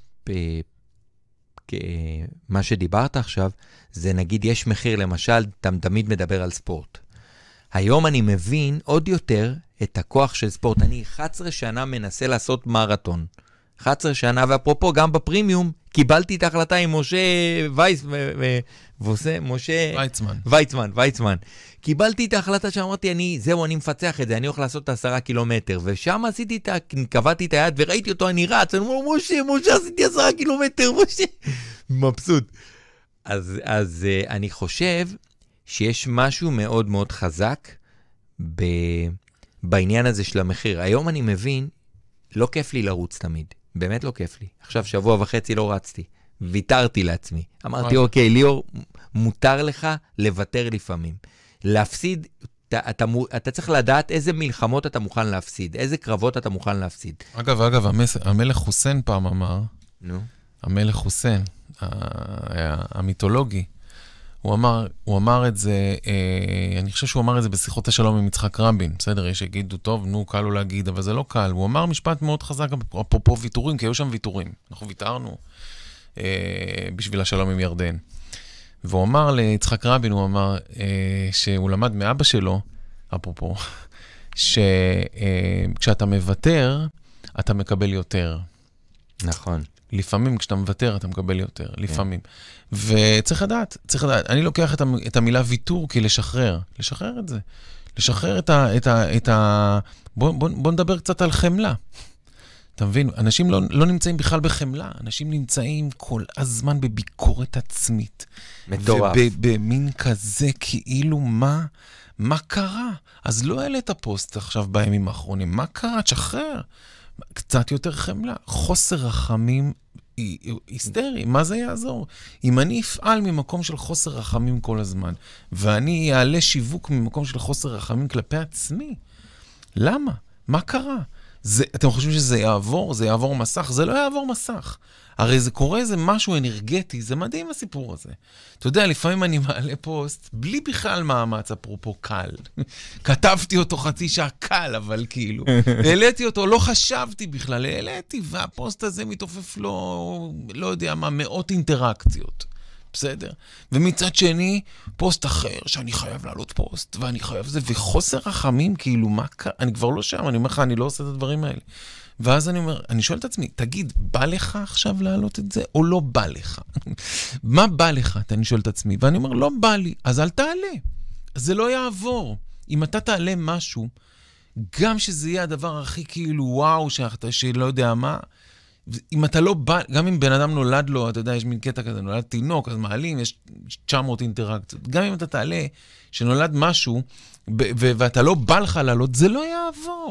מה שדיברת עכשיו, זה נגיד יש מחיר, למשל, אתה תמיד מדבר על ספורט. היום אני מבין עוד יותר את הכוח של ספורט. אני אחת עשרה שנה מנסה לעשות מרתון. אחת עשרה שנה, ואפרופו, גם בפרימיום, קיבלתי את ההחלטה עם משה וייס, ועושה, משה... ויצמן. ויצמן, ויצמן. קיבלתי את ההחלטה שאמרתי, אני, זהו, אני מפצח את זה, אני הולך לעשות את עשרה קילומטר, ושם עשיתי את ה... קבעתי את היד, וראיתי אותו, אני רץ, אני אומר, משה, משה, עשיתי עשרה קילומטר, משה. מבסוט. אז, אז אני חושב שיש משהו מאוד מאוד חזק ב... בעניין הזה של המחיר. היום אני מבין, לא כיף לי לרוץ תמיד. באמת לא כיף לי. עכשיו שבוע וחצי לא רצתי. ויתרתי לעצמי. אמרתי, אוקיי, ליאור, מותר לך לוותר לפעמים. להפסיד, אתה, אתה, אתה צריך לדעת איזה מלחמות אתה מוכן להפסיד, איזה קרבות אתה מוכן להפסיד. אגב, אגב, המלך חוסיין פעם אמר, נו. המלך חוסיין, המיתולוגי, הוא אמר, הוא אמר את זה, אה, אני חושב שהוא אמר את זה בשיחות השלום עם יצחק רבין, בסדר, יש שיגידו, טוב, נו, קל לו להגיד, אבל זה לא קל. הוא אמר משפט מאוד חזק, אפרופו ויתורים, כי היו שם ויתורים. אנחנו ויתרנו אה, בשביל השלום עם ירדן. והוא אמר ליצחק רבין, הוא אמר אה, שהוא למד מאבא שלו, אפרופו, שכשאתה מוותר, אתה מקבל יותר. נכון. לפעמים כשאתה מוותר, אתה מקבל יותר, לפעמים. וצריך לדעת, צריך לדעת, אני לוקח את המילה ויתור כי לשחרר, לשחרר את זה. לשחרר את ה... את ה, את ה בוא, בוא, בוא נדבר קצת על חמלה. אתה מבין? אנשים לא, לא נמצאים בכלל בחמלה, אנשים נמצאים כל הזמן בביקורת עצמית. מטורף. ובמין כזה כאילו מה, מה קרה? אז לא העלה את הפוסט עכשיו בימים האחרונים, מה קרה? תשחרר. קצת יותר חמלה, חוסר רחמים היסטרי, מה זה יעזור? אם אני אפעל ממקום של חוסר רחמים כל הזמן, ואני אעלה שיווק ממקום של חוסר רחמים כלפי עצמי, למה? מה קרה? זה, אתם חושבים שזה יעבור? זה יעבור מסך? זה לא יעבור מסך. הרי זה קורה איזה משהו אנרגטי, זה מדהים הסיפור הזה. אתה יודע, לפעמים אני מעלה פוסט, בלי בכלל מאמץ, אפרופו קל. כתבתי אותו חצי שעה קל, אבל כאילו. העליתי אותו, לא חשבתי בכלל, העליתי, והפוסט הזה מתעופף לו, לא יודע מה, מאות אינטראקציות. בסדר? ומצד שני, פוסט אחר, שאני חייב לעלות פוסט, ואני חייב זה, וחוסר רחמים, כאילו, מה קרה? אני כבר לא שם, אני אומר לך, אני לא עושה את הדברים האלה. ואז אני אומר, אני שואל את עצמי, תגיד, בא לך עכשיו להעלות את זה, או לא בא לך? מה בא לך? אני שואל את עצמי, ואני אומר, לא בא לי, אז אל תעלה. זה לא יעבור. אם אתה תעלה משהו, גם שזה יהיה הדבר הכי כאילו, וואו, שאתה, שלא יודע מה, אם אתה לא בא, גם אם בן אדם נולד לו, אתה יודע, יש מין קטע כזה, נולד תינוק, אז מעלים, יש תשע מאות אינטראקציות. גם אם אתה תעלה, שנולד משהו, ו- ו- ואתה לא בא לך לעלות, זה לא יעבור.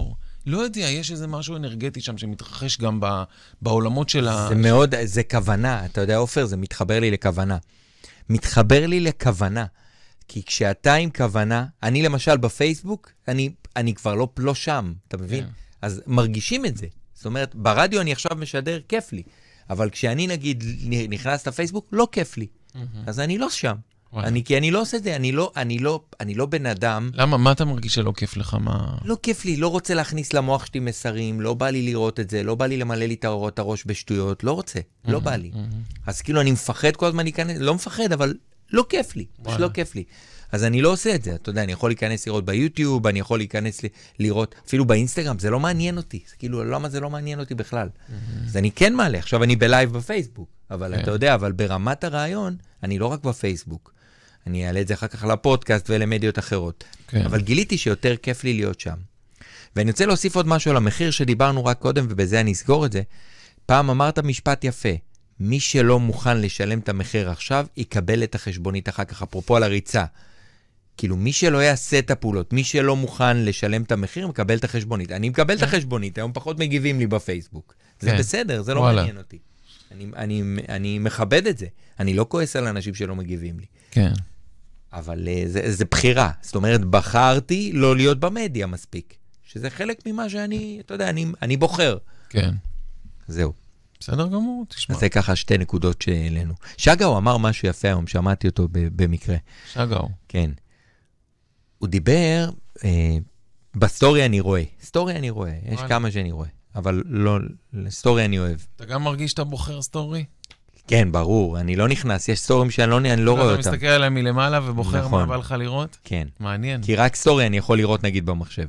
לא יודע, יש איזה משהו אנרגטי שם שמתרחש גם ב, בעולמות של ה... זה מאוד, זה כוונה. אתה יודע, אופר, זה מתחבר לי לכוונה. מתחבר לי לכוונה. כי כשאתה עם כוונה, אני למשל בפייסבוק, אני, אני כבר לא, לא שם, אתה מבין? כן. אז מרגישים את זה. זאת אומרת, ברדיו אני עכשיו משדר, כיף לי. אבל כשאני נגיד נכנס לפייסבוק, לא כיף לי. Mm-hmm. אז אני לא שם. אני, כי אני לא עושה את זה, אני לא, אני לא, אני לא בן אדם. למה? מה אתה מרגיש שלא כיף לך? מה... לא כיף לי, לא רוצה להכניס למוח שלי מסרים, לא בא לי לראות את זה, לא בא לי למלא לי את הראש בשטויות, לא רוצה, לא בא לי. אז כאילו אני מפחד כל הזמן להיכנס, לא מפחד, אבל לא כיף לי, פשוט לא כיף לי. אז אני לא עושה את זה, אתה יודע, אני יכול להיכנס לראות ביוטיוב, אני יכול להיכנס לראות, אפילו באינסטגרם, זה לא מעניין אותי, כאילו, למה זה לא מעניין אותי בכלל? אז אני כן מעלה, עכשיו אני בלייב בפייסבוק, אבל אתה יודע, אבל ברמת הרעיון, אני לא רק בפייסבוק. אני אעלה את זה אחר כך לפודקאסט ולמדיות אחרות. כן. אבל גיליתי שיותר כיף לי להיות שם. ואני רוצה להוסיף עוד משהו על המחיר שדיברנו רק קודם, ובזה אני אסגור את זה. פעם אמרת משפט יפה, מי שלא מוכן לשלם את המחיר עכשיו, יקבל את החשבונית אחר כך, אפרופו על הריצה. כאילו, מי שלא יעשה את הפעולות, מי שלא מוכן לשלם את המחיר, מקבל את החשבונית. אני מקבל את החשבונית, היום פחות מגיבים לי בפייסבוק. זה כן. בסדר, זה לא וואלה. מעניין אותי. אני, אני, אני מכבד את זה. אני לא כועס על אנשים שלא מגיבים לי. כן. אבל זה, זה בחירה. זאת אומרת, בחרתי לא להיות במדיה מספיק. שזה חלק ממה שאני, אתה יודע, אני, אני בוחר. כן. זהו. בסדר גמור, תשמע. אז זה ככה שתי נקודות שאלינו. שגאו אמר משהו יפה היום, שמעתי אותו במקרה. שגאו. כן. הוא דיבר, אה, בסטורי אני רואה. סטורי אני רואה, יש כמה שאני רואה. אבל לא, סטורי אני אוהב. אתה גם מרגיש שאתה בוחר סטורי? כן, ברור, אני לא נכנס, יש סטורים שאני לא, אני לא רואה אותם. אתה מסתכל עליהם מלמעלה ובוחר מה בא לך לראות? כן. מעניין. כי רק סטורי אני יכול לראות נגיד במחשב.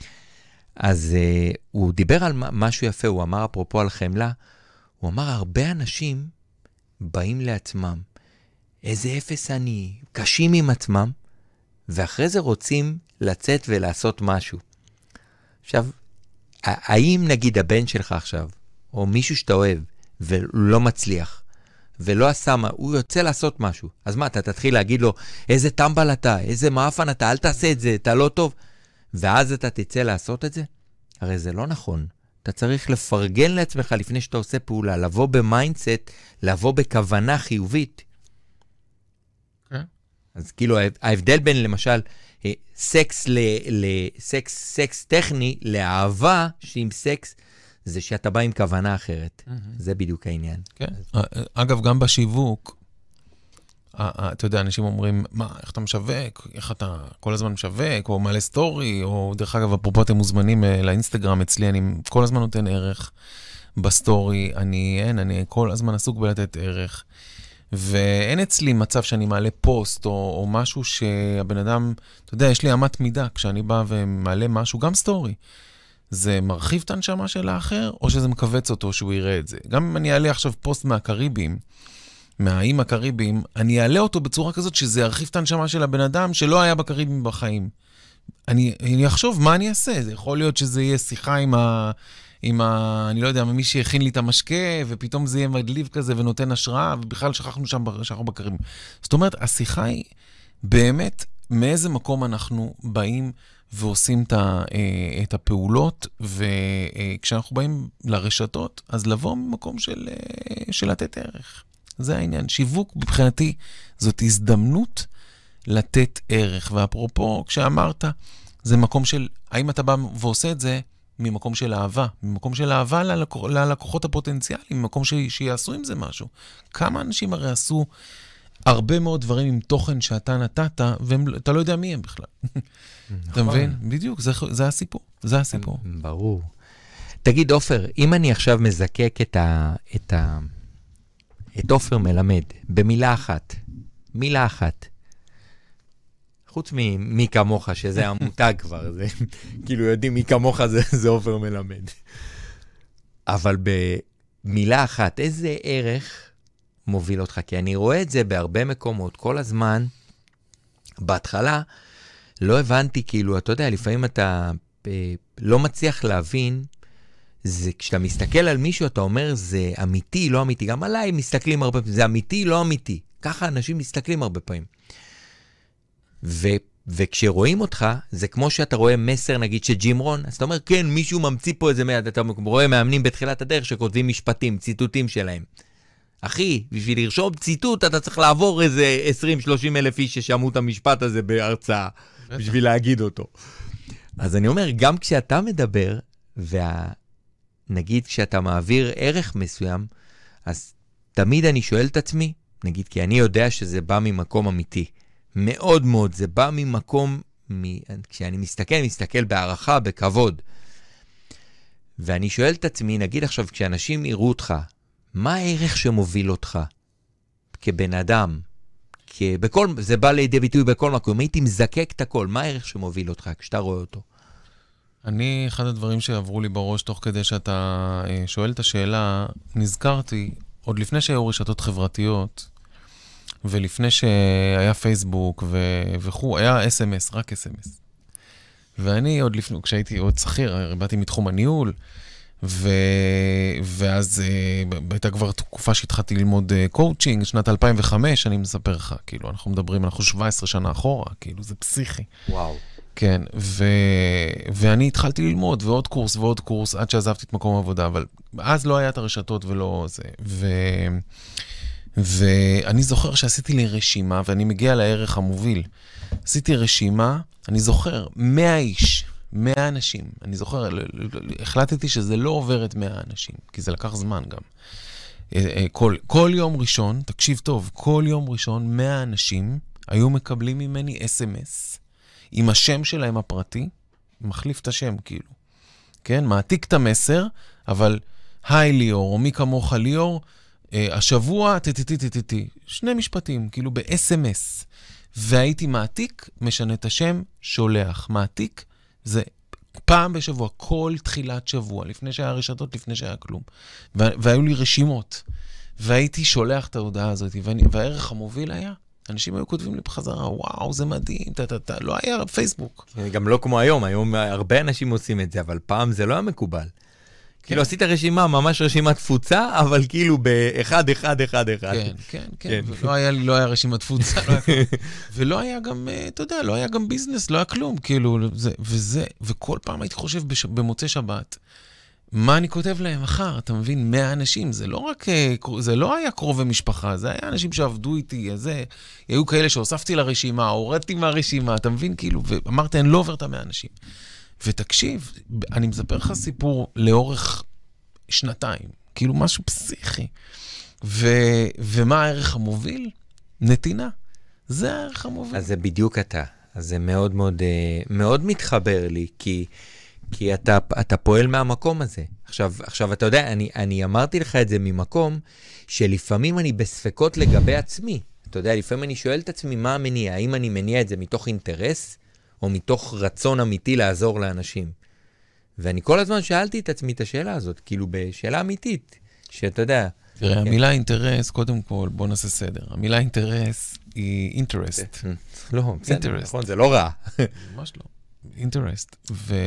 אז uh, הוא דיבר על משהו יפה, הוא אמר אפרופו על חמלה, הוא אמר הרבה אנשים באים לעצמם, איזה אפס אני, קשים עם עצמם, ואחרי זה רוצים לצאת ולעשות משהו. עכשיו, האם נגיד הבן שלך עכשיו, או מישהו שאתה אוהב, ולא מצליח, ולא עשה מה, הוא יוצא לעשות משהו. אז מה, אתה תתחיל להגיד לו, איזה טמבל אתה, איזה מאפן אתה, אל תעשה את זה, אתה לא טוב. ואז אתה תצא לעשות את זה? הרי זה לא נכון. אתה צריך לפרגן לעצמך לפני שאתה עושה פעולה, לבוא במיינדסט, לבוא בכוונה חיובית. כן. אז כאילו, ההבדל בין למשל, סקס לסקס, סקס טכני, לאהבה שעם סקס, זה שאתה בא עם כוונה אחרת. Mm-hmm. זה בדיוק העניין. כן. אז... אגב, גם בשיווק, אתה יודע, אנשים אומרים, מה, איך אתה משווק? איך אתה כל הזמן משווק? או מעלה סטורי? או דרך אגב, אפרופו אתם מוזמנים לאינסטגרם אצלי, אני כל הזמן נותן ערך בסטורי. אני, אין, אני כל הזמן עסוק בלתת ערך. ואין אצלי מצב שאני מעלה פוסט או, או משהו שהבן אדם, אתה יודע, יש לי אמת מידה כשאני בא ומעלה משהו, גם סטורי. זה מרחיב את הנשמה של האחר, או שזה מקווץ אותו שהוא יראה את זה. גם אם אני אעלה עכשיו פוסט מהקריבים, מהאיים הקריבים, אני אעלה אותו בצורה כזאת שזה ירחיב את הנשמה של הבן אדם שלא היה בקריבים בחיים. אני, אני אחשוב מה אני אעשה. זה יכול להיות שזה יהיה שיחה עם ה... עם ה... אני לא יודע, מי שהכין לי את המשקה, ופתאום זה יהיה מדליב כזה ונותן השראה, ובכלל שכחנו שם שאנחנו בקריבים. זאת אומרת, השיחה היא באמת מאיזה מקום אנחנו באים ועושים את הפעולות, וכשאנחנו באים לרשתות, אז לבוא ממקום של, של לתת ערך. זה העניין. שיווק מבחינתי זאת הזדמנות לתת ערך. ואפרופו, כשאמרת, זה מקום של, האם אתה בא ועושה את זה ממקום של אהבה, ממקום של אהבה ללקוח, ללקוחות הפוטנציאליים, ממקום ש, שיעשו עם זה משהו. כמה אנשים הרי עשו הרבה מאוד דברים עם תוכן שאתה נתת, ואתה לא יודע מי הם בכלל. אתה מבין? בדיוק, זה, זה הסיפור. זה הסיפור. ברור. תגיד, אופר, אם אני עכשיו מזקק את ה... את ה... את אופר מלמד, במילה אחת, מילה אחת, חוץ מי כמוך, שזה המותג כבר, זה, כאילו יודעים מי כמוך זה, זה אופר מלמד. אבל במילה אחת, איזה ערך מוביל אותך? כי אני רואה את זה בהרבה מקומות, כל הזמן, בהתחלה, לא הבנתי, כאילו, אתה יודע, לפעמים אתה לא מצליח להבין, זה, כשאתה מסתכל על מישהו, אתה אומר, זה אמיתי, לא אמיתי. גם עליי מסתכלים הרבה פעמים, זה אמיתי, לא אמיתי. ככה אנשים מסתכלים הרבה פעמים. וכשרואים אותך, זה כמו שאתה רואה מסר, נגיד, של ג'ים רון, אז אתה אומר, כן, מישהו ממציא פה איזה מיד, אתה רואה מאמנים בתחילת הדרך שכותבים משפטים, ציטוטים שלהם. אחי, בשביל לרשום ציטוט, אתה צריך לעבור איזה עשרים שלושים אלף איש ששמעו את המשפט הזה בהרצאה, בשביל להגיד אותו. אז אני אומר, גם כשאתה מדבר, ונגיד כשאתה מעביר ערך מסוים, אז תמיד אני שואל את עצמי, נגיד, כי אני יודע שזה בא ממקום אמיתי. מאוד מאוד, זה בא ממקום, מ... כשאני מסתכל, אני מסתכל בערכה, בכבוד. ואני שואל את עצמי, נגיד עכשיו, כשאנשים יראו אותך, מה הערך שמוביל אותך כבן אדם? כי בכל, זה בא לידי ביטוי בכל מקום. הייתי מזקק את הכל, מה הערך שמוביל אותך כשאתה רואה אותו? אני, אחד הדברים שעברו לי בראש, תוך כדי שאתה שואל את השאלה, נזכרתי, עוד לפני שהיו רשתות חברתיות, ולפני שהיה פייסבוק וכו', היה אס אם אס, רק אס אם אס. ואני עוד לפני, כשהייתי עוד שכיר, באתי מתחום הניהול, ו... ואז הייתה כבר תקופה שהתחלתי ללמוד קואוצ'ינג, שנת אלפיים וחמש, אני מספר לך, כאילו, אנחנו מדברים, אנחנו שבע עשרה שנה אחורה, כאילו, זה פסיכי. וואו. כן, ו... ואני התחלתי ללמוד, ועוד קורס ועוד קורס, עד שעזבתי את מקום העבודה, אבל אז לא היה את הרשתות ולא זה, ו... ואני זוכר שעשיתי לי רשימה, ואני מגיע לערך המוביל. עשיתי רשימה, אני זוכר, מאה איש, מאה אנשים. אני זוכר, החלטתי שזה לא עובר את מאה אנשים, כי זה לקח זמן גם. כל, כל יום ראשון, תקשיב טוב, כל יום ראשון, מאה אנשים היו מקבלים ממני אס אם אס, עם השם שלהם הפרטי, מחליף את השם כאילו. כן, מעתיק את המסר, אבל היי ליאור, או מי כמוך ליאור, השבוע, טטטטטטטי, שני משפטים, כאילו ב-אס אם אס. והייתי מעתיק, משנה את השם, שולח. מעתיק זה פעם בשבוע, כל תחילת שבוע, לפני שהיה רשתות, לפני שהיה כלום. והיו לי רשימות. והייתי שולח את ההודעה הזאת, והערך המוביל היה, אנשים היו כותבים לי בחזרה, וואו, זה מדהים, טטטט, לא היה פייסבוק. גם לא כמו היום, היום הרבה אנשים עושים את זה, אבל פעם זה לא היה מקובל. כאילו עשית רשימה, ממש רשימת תפוצה, אבל כאילו באחד, אחד, אחד, אחד. כן, כן, כן. ולא היה לי, לא היה רשימת תפוצה, ולא היה גם, אתה יודע, לא היה גם ביזנס, לא היה כלום, כאילו, וזה, וכל פעם הייתי חושב במוצאי שבת, מה אני כותב להם אחר, אתה מבין, מאה אנשים, זה לא רק, זה לא היה קרוב משפחה, זה היה אנשים שעבדו איתי, זה, היו כאלה שהוספתי לרשימה, הורדתי מהרשימה, אתה מבין, כאילו, ואמרתי, אני לא עובר את המאה אנשים. ותקשיב, אני מספר לך סיפור לאורך שנתיים, כאילו משהו פסיכי. ו, ומה הערך המוביל? נתינה. זה הערך המוביל. אז זה בדיוק אתה. אז זה מאוד מאוד, מאוד מתחבר לי, כי, כי אתה, אתה פועל מהמקום הזה. עכשיו, עכשיו אתה יודע, אני, אני אמרתי לך את זה ממקום שלפעמים אני בספקות לגבי עצמי. אתה יודע, לפעמים אני שואל את עצמי מה המניע, האם אני מניע את זה מתוך אינטרס, או מתוך רצון אמיתי לעזור לאנשים. ואני כל הזמן שאלתי את עצמי את השאלה הזאת, כאילו בשאלה אמיתית, שאתה יודע. תראה, המילה אינטרס, קודם כל, בוא נעשה סדר. המילה אינטרס היא אינטרסט. לא, בסדר, נכון, זה לא רע. ממש לא. אינטרסט.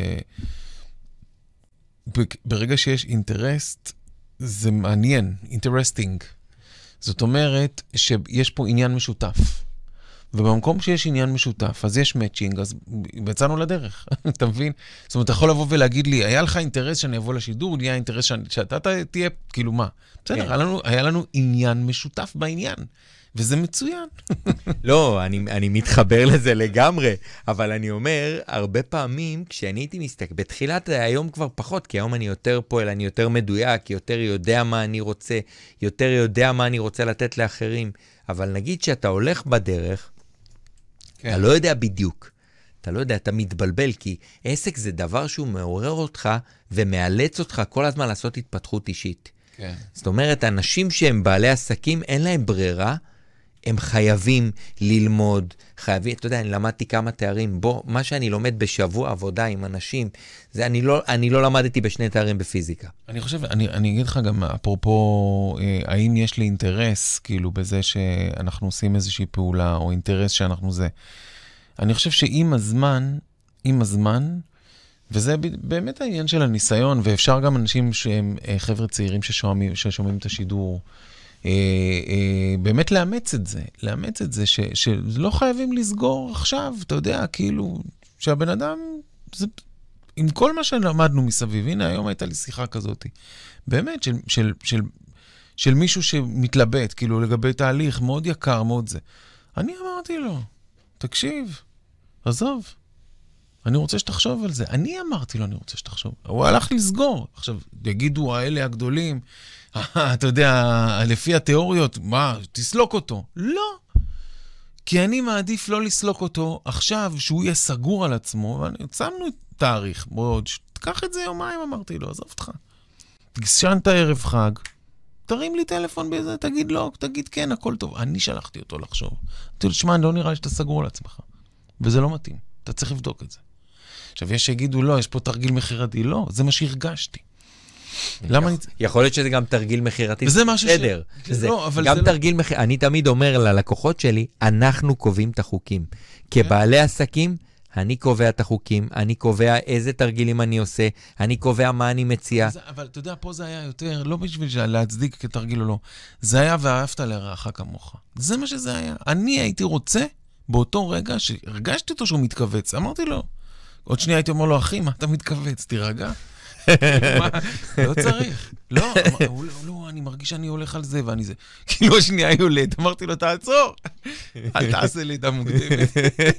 וברגע שיש אינטרסט, זה מעניין, אינטרסטינג. זאת אומרת שיש פה עניין משותף. ובמקום שיש עניין משותף, אז יש מאצ'ינג, אז יצאנו לדרך, אתה מבין? זאת אומרת, אתה יכול לבוא ולהגיד לי, היה לך אינטרס שאני אבוא לשידור, היה אינטרס שאתה תהיה, כאילו מה? בסדר, היה לנו, היה לנו עניין משותף בעניין, וזה מצוין. לא, אני, אני מתחבר לזה לגמרי, אבל אני אומר, הרבה פעמים, כשאני הייתי מסתכל, בתחילת היום כבר פחות, כי היום אני יותר פועל, אני יותר מדויק, יותר יודע מה אני רוצה, יותר יודע מה אני רוצה לתת לאחרים, אבל נגיד שאתה הולך בדרך, כן. אתה לא יודע בדיוק, אתה לא יודע, אתה מתבלבל, כי עסק זה דבר שהוא מעורר אותך ומאלץ אותך כל הזמן לעשות התפתחות אישית. כן. זאת אומרת, אנשים שהם בעלי עסקים, אין להם ברירה, הם חייבים ללמוד, חייבים, אתה יודע, אני למדתי כמה תארים, בוא, מה שאני לומד בשבוע עבודה עם אנשים, זה אני לא, אני לא למדתי בשני תארים בפיזיקה. אני חושב, אני, אני אגיד לך גם, אפרופו, אה, האם יש לי אינטרס, כאילו, בזה שאנחנו עושים איזושהי פעולה, או אינטרס שאנחנו זה. אני חושב שעם הזמן, עם הזמן, וזה באמת העניין של הניסיון, ואפשר גם אנשים שהם חבר'ה צעירים ששומעים, ששומעים את השידור, אה, אה, באמת לאמץ את זה, לאמץ את זה, ש, שלא חייבים לסגור עכשיו, אתה יודע, כאילו, שהבן אדם, זה, עם כל מה שלמדנו מסביב, הנה, היום הייתה לי שיחה כזאת, באמת, של, של, של, של מישהו שמתלבט, כאילו, לגבי תהליך מאוד יקר, מאוד זה. אני אמרתי לו, תקשיב, עזוב, אני רוצה שתחשוב על זה. אני אמרתי לו, אני רוצה שתחשוב. הוא הלך לסגור. עכשיו, יגידו האלה הגדולים, אתה יודע, לפי התיאוריות, מה, תסלוק אותו. לא. כי אני מעדיף לא לסלוק אותו עכשיו, שהוא יהיה סגור על עצמו, ואני שמנו תאריך, בוא, תקח את זה יומיים, אמרתי לו, עזוב אותך. תגשנת ערב חג, תרים לי טלפון באיזה, תגיד לא, תגיד כן, הכל טוב. אני שלחתי אותו לחשוב. תגיד, שמע, לא נראה לי שאתה סגור על עצמך. וזה לא מתאים. אתה צריך לבדוק את זה. עכשיו, יש שיגידו, לא, יש פה תרגיל מחירתי. לא, זה מה שהרגשתי. למה אני... יכול להיות שזה גם תרגיל מחירתי. וזה משהו ש... בסדר. גם תרגיל מחירתי. אני תמיד אומר ללקוחות שלי, אנחנו קובעים את החוקים. כבעלי עסקים, אני קובע את החוקים, אני קובע איזה תרגילים אני עושה, אני קובע מה אני מציע. אבל אתה יודע, פה זה היה יותר, לא בשביל להצדיק כתרגיל או לא, זה היה ואהבת לרעך כמוך. זה מה שזה היה. אני הייתי רוצה, באותו רגע שהרגשתי אותו שהוא מתכווץ, אמרתי לו, עוד שנייה הייתי אומר לו, אחי, מה אתה מתכווץ? תירגע. לא צריך. לא, לא, אני מרגיש שאני הולך על זה ואני זה. כאילו השנייה יולד, אמרתי לו, תעצור. אל תעשה לידה מוקדמת.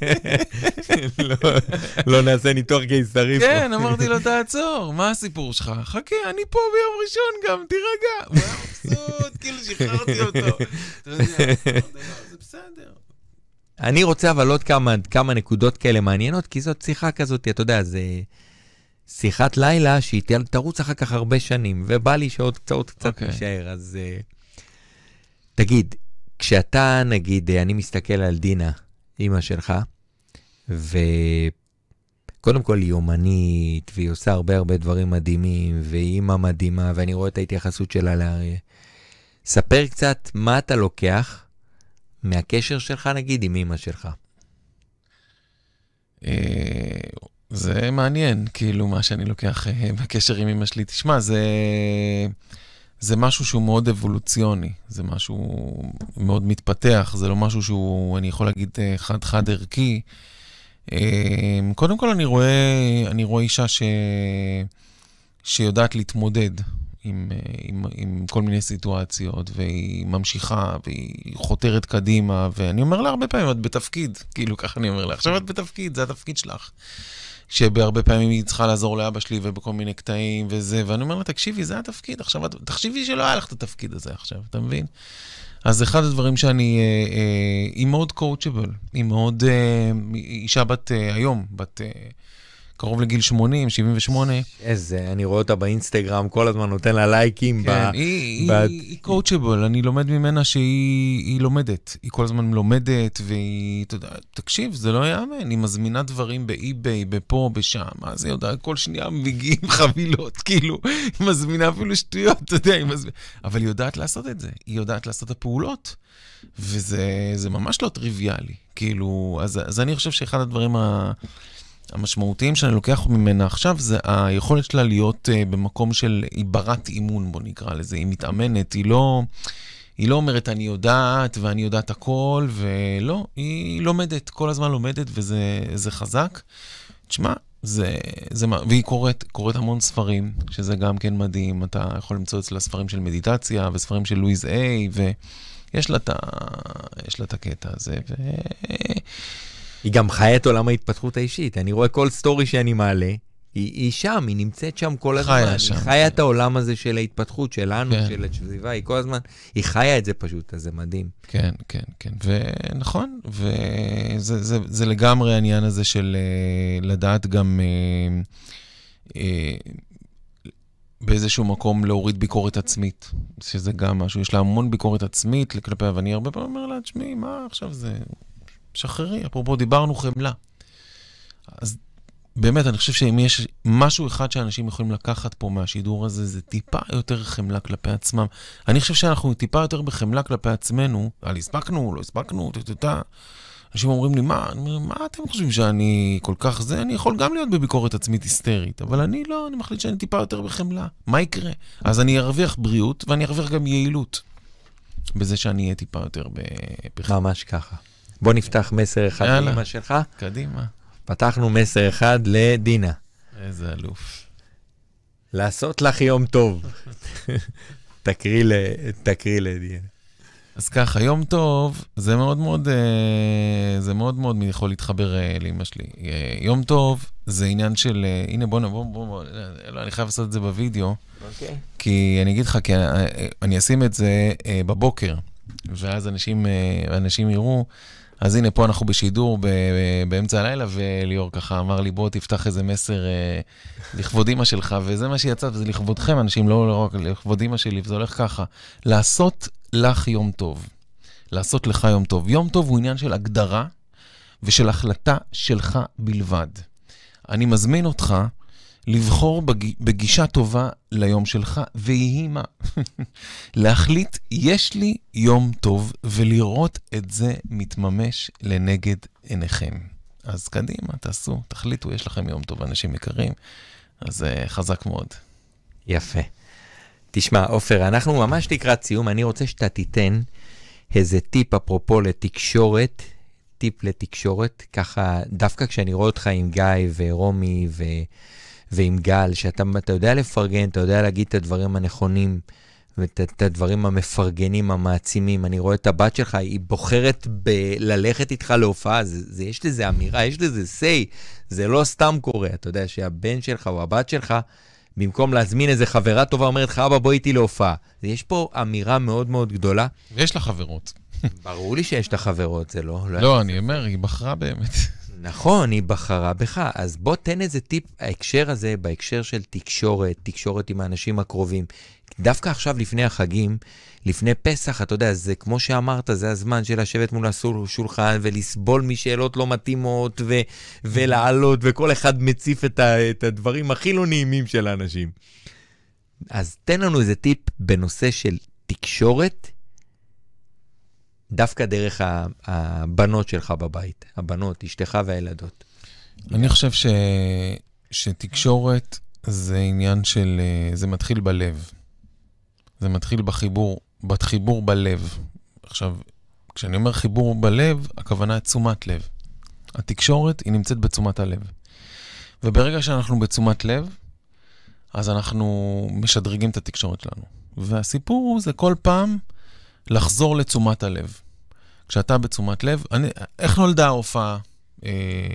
לא נעשה ניתוח קיסרי פה. כן, אמרתי לו, תעצור. מה הסיפור שלך? חכה, אני פה ביום ראשון גם, תירגע. הוא היה מבסוט, כאילו שחררתי אותו. אתה יודע, זה בסדר. אני רוצה אבל עוד כמה, כמה נקודות כאלה מעניינות, כי זאת שיחה כזאת, אתה יודע, זה שיחת לילה שהיא תרוץ אחר כך הרבה שנים, ובא לי שעוד קצת קצת okay. נשאר, אז uh, תגיד, כשאתה נגיד, אני מסתכל על דינה, אמא שלך, וקודם כל היא אומנית, והיא עושה הרבה הרבה דברים מדהימים, והיא אמא מדהימה, ואני רואה את ההתייחסות שלה לאריה. ספר קצת מה אתה לוקח, מהקשר שלך, נגיד, עם אמא שלך. זה מעניין, כאילו, מה שאני לוקח בקשר עם אמא שלי. תשמע, זה, זה משהו שהוא מאוד אבולוציוני, זה משהו מאוד מתפתח, זה לא משהו שהוא, אני יכול להגיד, חד-חד ערכי. קודם כל, אני רואה, אני רואה אישה ש, שיודעת להתמודד. עם, עם, עם כל מיני סיטואציות, והיא ממשיכה, והיא חותרת קדימה, ואני אומר לה הרבה פעמים, את בתפקיד, כאילו ככה אני אומר לה, עכשיו את בתפקיד, זה התפקיד שלך. שבהרבה פעמים היא צריכה לעזור לאבא שלי, ובכל מיני קטעים וזה, ואני אומר לה, תקשיבי, זה התפקיד, עכשיו, תחשיבי שלא היה לך את התפקיד הזה עכשיו, אתה מבין? אז אחד הדברים שאני, אה, אה, היא מאוד קואוצ'בל, היא מאוד, אה, אישה בת אה, היום, בת... אה, קרוב לגיל שמונים, שבעים ושמונה. איזה, אני רואה אותה באינסטגרם, כל הזמן נותן לה לייקים. כן, היא קואוצ'בל, אני לומד ממנה שהיא לומדת. היא כל הזמן לומדת, והיא, אתה יודע, תקשיב, זה לא יאמן, היא מזמינה דברים באי-ביי, בפה, בשם, אז היא יודעת, כל שנייה מגיעים חבילות, כאילו, היא מזמינה אפילו שטויות, אתה יודע, היא מזמינה, אבל היא יודעת לעשות את זה, היא יודעת לעשות את הפעולות, וזה ממש לא טריוויאלי, כאילו, אז אני חושב שאחד הדברים ה... המשמעותיים שאני לוקח ממנה עכשיו, זה היכולת שלה להיות uh, במקום של עיברת אימון, בוא נקרא לזה. היא מתאמנת, היא לא, היא לא אומרת, אני יודעת, ואני יודעת הכל, ולא, היא לומדת, כל הזמן לומדת, וזה זה חזק. תשמע, זה, זה, והיא קוראת, קוראת המון ספרים, שזה גם כן מדהים, אתה יכול למצוא אצלה ספרים של מדיטציה, וספרים של לואיז איי, ויש לה את, יש לה את הקטע הזה, ו... היא גם חיה את עולם ההתפתחות האישית. אני רואה כל סטורי שאני מעלה, היא, היא שם, היא נמצאת שם כל הזמן. חיה שם. היא חיה את העולם הזה של ההתפתחות שלנו, כן. של הסביבה, היא כל הזמן, היא חיה את זה פשוט, אז זה מדהים. כן, כן, כן. ונכון, וזה זה, זה לגמרי העניין הזה של לדעת גם אה, אה, באיזשהו מקום להוריד ביקורת עצמית, שזה גם משהו, יש לה המון ביקורת עצמית לכלפי, ואני הרבה פעמים אומר לה, תשמעי, מה עכשיו זה... שחררי, אפרופו דיברנו חמלה. אז באמת, אני חושב שאם יש משהו אחד שאנשים יכולים לקחת פה מהשידור הזה, זה טיפה יותר חמלה כלפי עצמם. אני חושב שאנחנו טיפה יותר בחמלה כלפי עצמנו, על הספקנו, לא הספקנו, תתתה. אנשים אומרים לי, מה? אני אומר, מה אתם חושבים שאני כל כך זה? אני יכול גם להיות בביקורת עצמית היסטרית, אבל אני לא, אני מחליט שאני טיפה יותר בחמלה. מה יקרה? אז אני ארוויח בריאות, ואני ארוויח גם יעילות. בזה שאני אהיה טיפה יותר בפחם. ממש ככה. בוא נפתח מסר אחד לאמא שלך. קדימה. פתחנו מסר אחד לדינה. איזה אלוף. לעשות לך יום טוב. תקריא ל... תקריא לדינה. אז ככה, יום טוב, זה מאוד מאוד, זה מאוד מאוד יכול להתחבר לאמא שלי. יום טוב זה עניין של, הנה בוא, בוא, בוא, בוא, לא, אני חייב לעשות את זה בווידאו. אוקיי. כי אני אגיד לך, כי אני אשים את זה בבוקר, ואז אנשים, אנשים יראו, אז הנה פה אנחנו בשידור באמצע הלילה, וליאור ככה אמר לי, בוא תפתח איזה מסר לכבוד אמא שלך, וזה מה שיצא, וזה לכבודכם, אנשים לא, לא רק לכבוד אמא שלי, וזה הולך ככה, לעשות לך יום טוב. לעשות לך יום טוב. יום טוב הוא עניין של הגדרה, ושל החלטה שלך בלבד. אני מזמין אותך לבחור בגישה טובה ליום שלך, ויהי מה. להחליט, יש לי יום טוב, ולראות את זה מתממש לנגד עיניכם. אז קדימה, תעשו, תחליטו, יש לכם יום טוב, אנשים יקרים. אז uh, חזק מאוד. יפה. תשמע, אופר, אנחנו ממש לקראת סיום, אני רוצה שאתה תיתן איזה טיפ אפרופו לתקשורת, טיפ לתקשורת, ככה דווקא כשאני רואה אותך עם גיא ורומי ו... ועם גל, שאתה אתה יודע לפרגן, אתה יודע להגיד את הדברים הנכונים, ואת את הדברים המפרגנים, המעצימים. אני רואה את הבת שלך, היא בוחרת ב- ללכת איתך להופעה, זה, זה, יש לזה אמירה, יש לזה say, זה לא סתם קורה. אתה יודע שהבן שלך או הבת שלך, במקום להזמין איזה חברה טובה, אומרת לך, אבא בוא איתי להופעה. יש פה אמירה מאוד מאוד גדולה. ויש לה חברות. ברור לי שיש לה חברות, זה לא... לא, לא אני אומר, היא בחרה באמת. נכון, היא בחרה בך. אז בוא תן איזה טיפ, ההקשר הזה, בהקשר של תקשורת, תקשורת עם האנשים הקרובים. דווקא עכשיו לפני החגים, לפני פסח, אתה יודע, זה כמו שאמרת, זה הזמן של לשבת מול השולחן ולסבול משאלות לא מתאימות ו- ולעלות, וכל אחד מציף את, ה- את הדברים הכי לא נעימים של האנשים. אז תן לנו איזה טיפ בנושא של תקשורת, דווקא דרך הבנות שלך בבית, הבנות, אשתך והילדות. אני חושב ש... שתקשורת זה עניין של, זה מתחיל בלב. זה מתחיל בחיבור, בחיבור בלב. עכשיו, כשאני אומר חיבור בלב, הכוונה היא תשומת לב. התקשורת היא נמצאת בתשומת הלב. וברגע שאנחנו בתשומת לב, אז אנחנו משדרגים את התקשורת שלנו. והסיפור הוא זה כל פעם לחזור לתשומת הלב. כשאתה בתשומת לב, אני, איך נולדה ההופעה אה,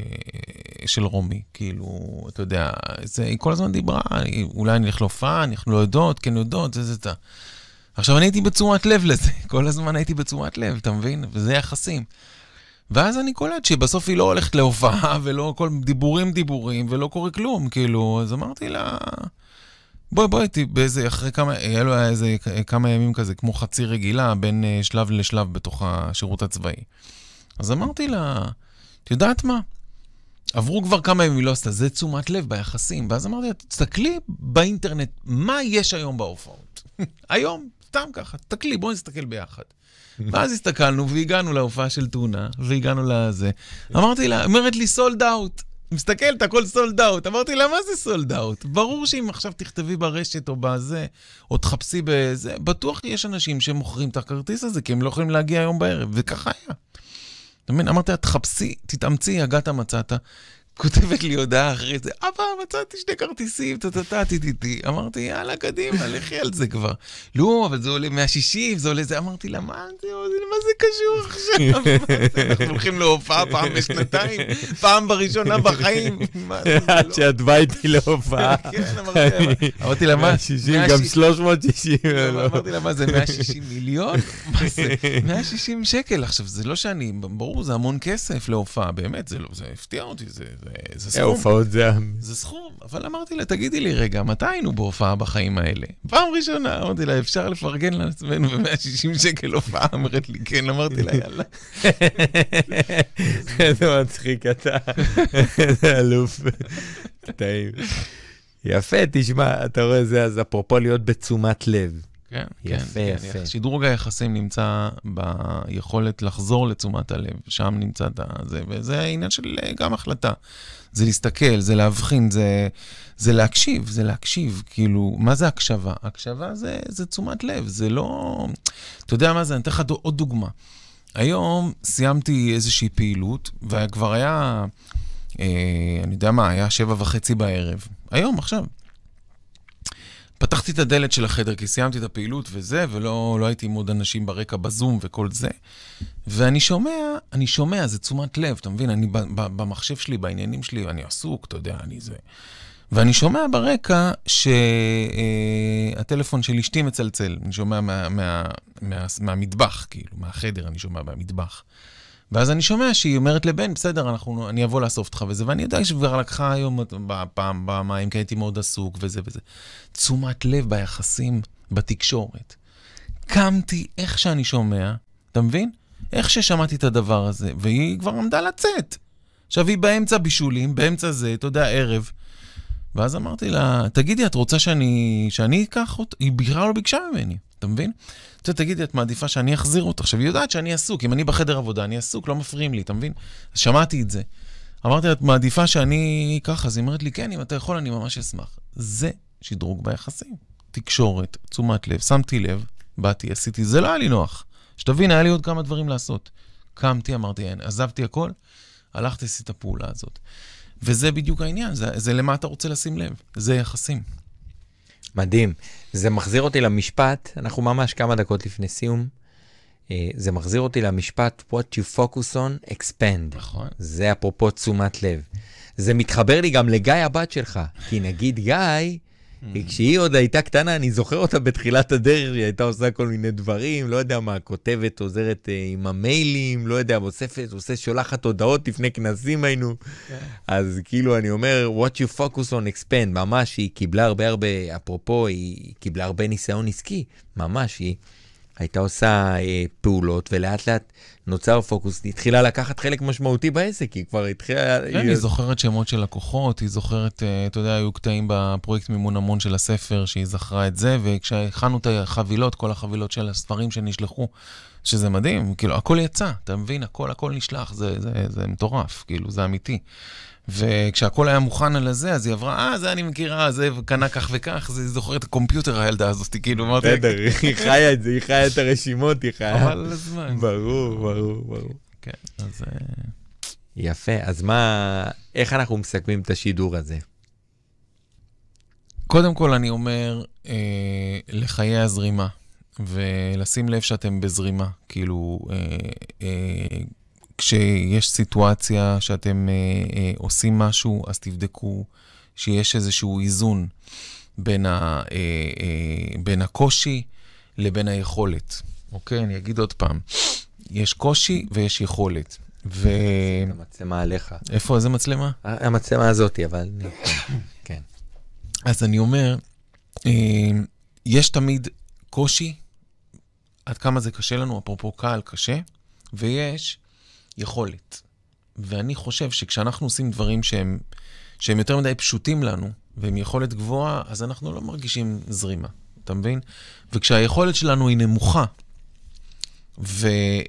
של רומי? כאילו, אתה יודע, זה, היא כל הזמן דיברה, אולי אני הולך להופעה, אנחנו לא יודעות, כן יודעות, זה זה זה. עכשיו אני הייתי בתשומת לב לזה, כל הזמן הייתי בתשומת לב, אתה מבין? וזה יחסים. ואז אני קולט שבסוף היא לא הולכת להופעה, ולא כל דיבורים דיבורים, ולא קורה כלום, כאילו, אז אמרתי לה... בואי, בואי, באיזה, אחרי כמה, היה לו איזה כמה ימים כזה, כמו חצי רגילה, בין שלב לשלב בתוך השירות הצבאי. אז אמרתי לה, את יודעת מה? עברו כבר כמה ימים, לא עשתה, זה תשומת לב ביחסים. ואז אמרתי לה, תסתכלי באינטרנט, מה יש היום בהופעות? היום, סתם ככה, תסתכלי, בואי נסתכל ביחד. ואז הסתכלנו והגענו להופעה של טונה, והגענו לזה. אמרתי לה, אמרת לי סולד אאוט. מסתכלת, הכל סולד אאוט. אמרתי לה, מה זה סולד אאוט? ברור שאם עכשיו תכתבי ברשת או בזה, או תחפשי בזה, בטוח יש אנשים שמוכרים את הכרטיס הזה, כי הם לא יכולים להגיע היום בערב, וככה היה. אתה מבין? אמרתי לה, תחפשי, תתאמצי, הגעת מצאת, כותבת לי הודעה אחרי זה, אבא, מצאתי שני כרטיסים, תתתתי תיתי. אמרתי, יאללה, קדימה, לכי על זה כבר. לא, אבל זה עולה מאה שישים, זה עולה זה. אמרתי לה, מה זה, מה זה קשור עכשיו? אנחנו הולכים להופעה פעם בשנתיים, פעם בראשונה בחיים. עד שאת באה איתי להופעה. כן, אמרתי לה, מה? גם שלוש מאות שישים. אמרתי לה, מה זה, מאה ושישים מיליון? מה זה? מאה ושישים שקל. עכשיו, זה לא שאני, ברור, זה המון כסף להופעה, באמת, זה הפתיע אותי, זה זה סכום. הופעות זה... זה סכום, אבל אמרתי לה, תגידי לי רגע, מתי היינו בהופעה בחיים האלה? פעם ראשונה, אמרתי לה, אפשר לפרגן לעצמנו ב-מאה ושישים שקל הופעה? אמרת לי, כן, אמרתי לה, יאללה. איזה מצחיק אתה. איזה אלוף. טעים. יפה, תשמע, אתה רואה זה, אז אפרופו להיות בתשומת לב. כן, יפה, כן, יפה. כן. שדרוג היחסים נמצא ביכולת לחזור לתשומת הלב, שם נמצא את זה, וזה העניין של גם החלטה. זה להסתכל, זה להבחין, זה, זה להקשיב, זה להקשיב, כאילו, מה זה הקשבה? הקשבה זה, זה תשומת לב, זה לא... אתה יודע מה זה? אני אתן לך עוד דוגמה. היום סיימתי איזושהי פעילות, וכבר היה, אה, אני יודע מה, היה שבע וחצי בערב. היום, עכשיו. פתחתי את הדלת של החדר, כי סיימתי את הפעילות וזה, ולא לא הייתי עם עוד אנשים ברקע בזום וכל זה. ואני שומע, אני שומע, זה תשומת לב, אתה מבין? אני במחשב שלי, בעניינים שלי, אני עסוק, אתה יודע, אני זה. ואני שומע ברקע שהטלפון של אשתי מצלצל. אני שומע מה, מה, מה, מהמטבח, כאילו, מהחדר, אני שומע מהמטבח. ואז אני שומע שהיא אומרת לבן, בסדר, אנחנו, אני אבוא לאסוף אותך וזה, ואני יודע שכבר לקחה היום פעם, פעמיים, כי הייתי מאוד עסוק וזה וזה. תשומת לב ביחסים, בתקשורת. קמתי איך שאני שומע, אתה מבין? איך ששמעתי את הדבר הזה, והיא כבר עמדה לצאת. עכשיו היא באמצע בישולים, באמצע זה, אתה יודע, ערב. ואז אמרתי לה, תגידי, את רוצה שאני, שאני אקח אותה? היא בכלל לא ביקשה ממני, אתה מבין? אתה תגידי, את מעדיפה שאני אחזיר אותה. עכשיו, היא יודעת שאני עסוק, אם אני בחדר עבודה, אני עסוק, לא מפריעים לי, אתה מבין? אז שמעתי את זה. אמרתי, את מעדיפה שאני אקח, אז היא אומרת לי, כן, אם אתה יכול, אני ממש אשמח. זה שדרוג ביחסים. תקשורת, תשומת לב, שמתי לב, באתי, עשיתי, זה לא היה לי נוח. שתבין, היה לי עוד כמה דברים לעשות. קמתי, אמרתי, אין, עזבתי הכל, הלכתי, עשיתי את הפעולה הזאת. וזה בדיוק העניין, זה, זה למה אתה רוצה לשים לב, זה יחסים. מדהים. זה מחזיר אותי למשפט, אנחנו ממש כמה דקות לפני סיום, זה מחזיר אותי למשפט, what you focus on, expand. נכון. זה אפרופו תשומת לב. זה מתחבר לי גם לגיא הבת שלך, כי נגיד גיא, כשהיא עוד הייתה קטנה, אני זוכר אותה בתחילת הדרך, היא הייתה עושה כל מיני דברים, לא יודע מה, כותבת, עוזרת אה, עם המיילים, לא יודע, אוספת, עושה, שולחת הודעות לפני כנסים היינו. אז כאילו אני אומר, what you focus on expand, ממש היא קיבלה הרבה הרבה, אפרופו, היא קיבלה הרבה ניסיון עסקי, ממש היא הייתה עושה אה, פעולות, ולאט לאט נוצר פוקוס, היא התחילה לקחת חלק משמעותי בעסק, היא כבר התחילה... כן, היא, היא זוכרת שמות של לקוחות, היא זוכרת, אתה יודע, היו קטעים בפרויקט מימון המון של הספר, שהיא זכרה את זה, וכשהכנו את החבילות, כל החבילות של הספרים שנשלחו, שזה מדהים, כאילו, הכל יצא, אתה מבין, הכל, הכל נשלח, זה, זה, זה מטורף, כאילו, זה אמיתי. וכשהכל היה מוכן על זה, אז היא עברה, אה, זה אני מכירה, זה קנה כך וכך, זה זוכר את הקומפיוטר הילדה הזאת, כאילו, אמרתי... בסדר, היא חיה את זה, היא חיה את הרשימות, היא חיה... אבל הזמן. ברור, ברור, ברור. כן, אז... יפה, אז מה, איך אנחנו מסכמים את השידור הזה? קודם כל אני אומר, אה, לחיי הזרימה, ולשים לב שאתם בזרימה, כאילו... אה, אה, כשיש סיטואציה שאתם אה, אה, עושים משהו, אז תבדקו שיש איזשהו איזון בין, ה, אה, אה, בין הקושי לבין היכולת. אוקיי, אני אגיד עוד פעם. יש קושי ויש יכולת. ו... המצלמה עליך. איפה? איזה מצלמה? המצלמה הזאת, אבל... כן. אז אני אומר, אה, יש תמיד קושי, עד כמה זה קשה לנו, אפרופו קהל קשה, ויש... יכולת. ואני חושב שכשאנחנו עושים דברים שהם, שהם יותר מדי פשוטים לנו, והם יכולת גבוהה, אז אנחנו לא מרגישים זרימה. אתה מבין? וכשהיכולת שלנו היא נמוכה, ו,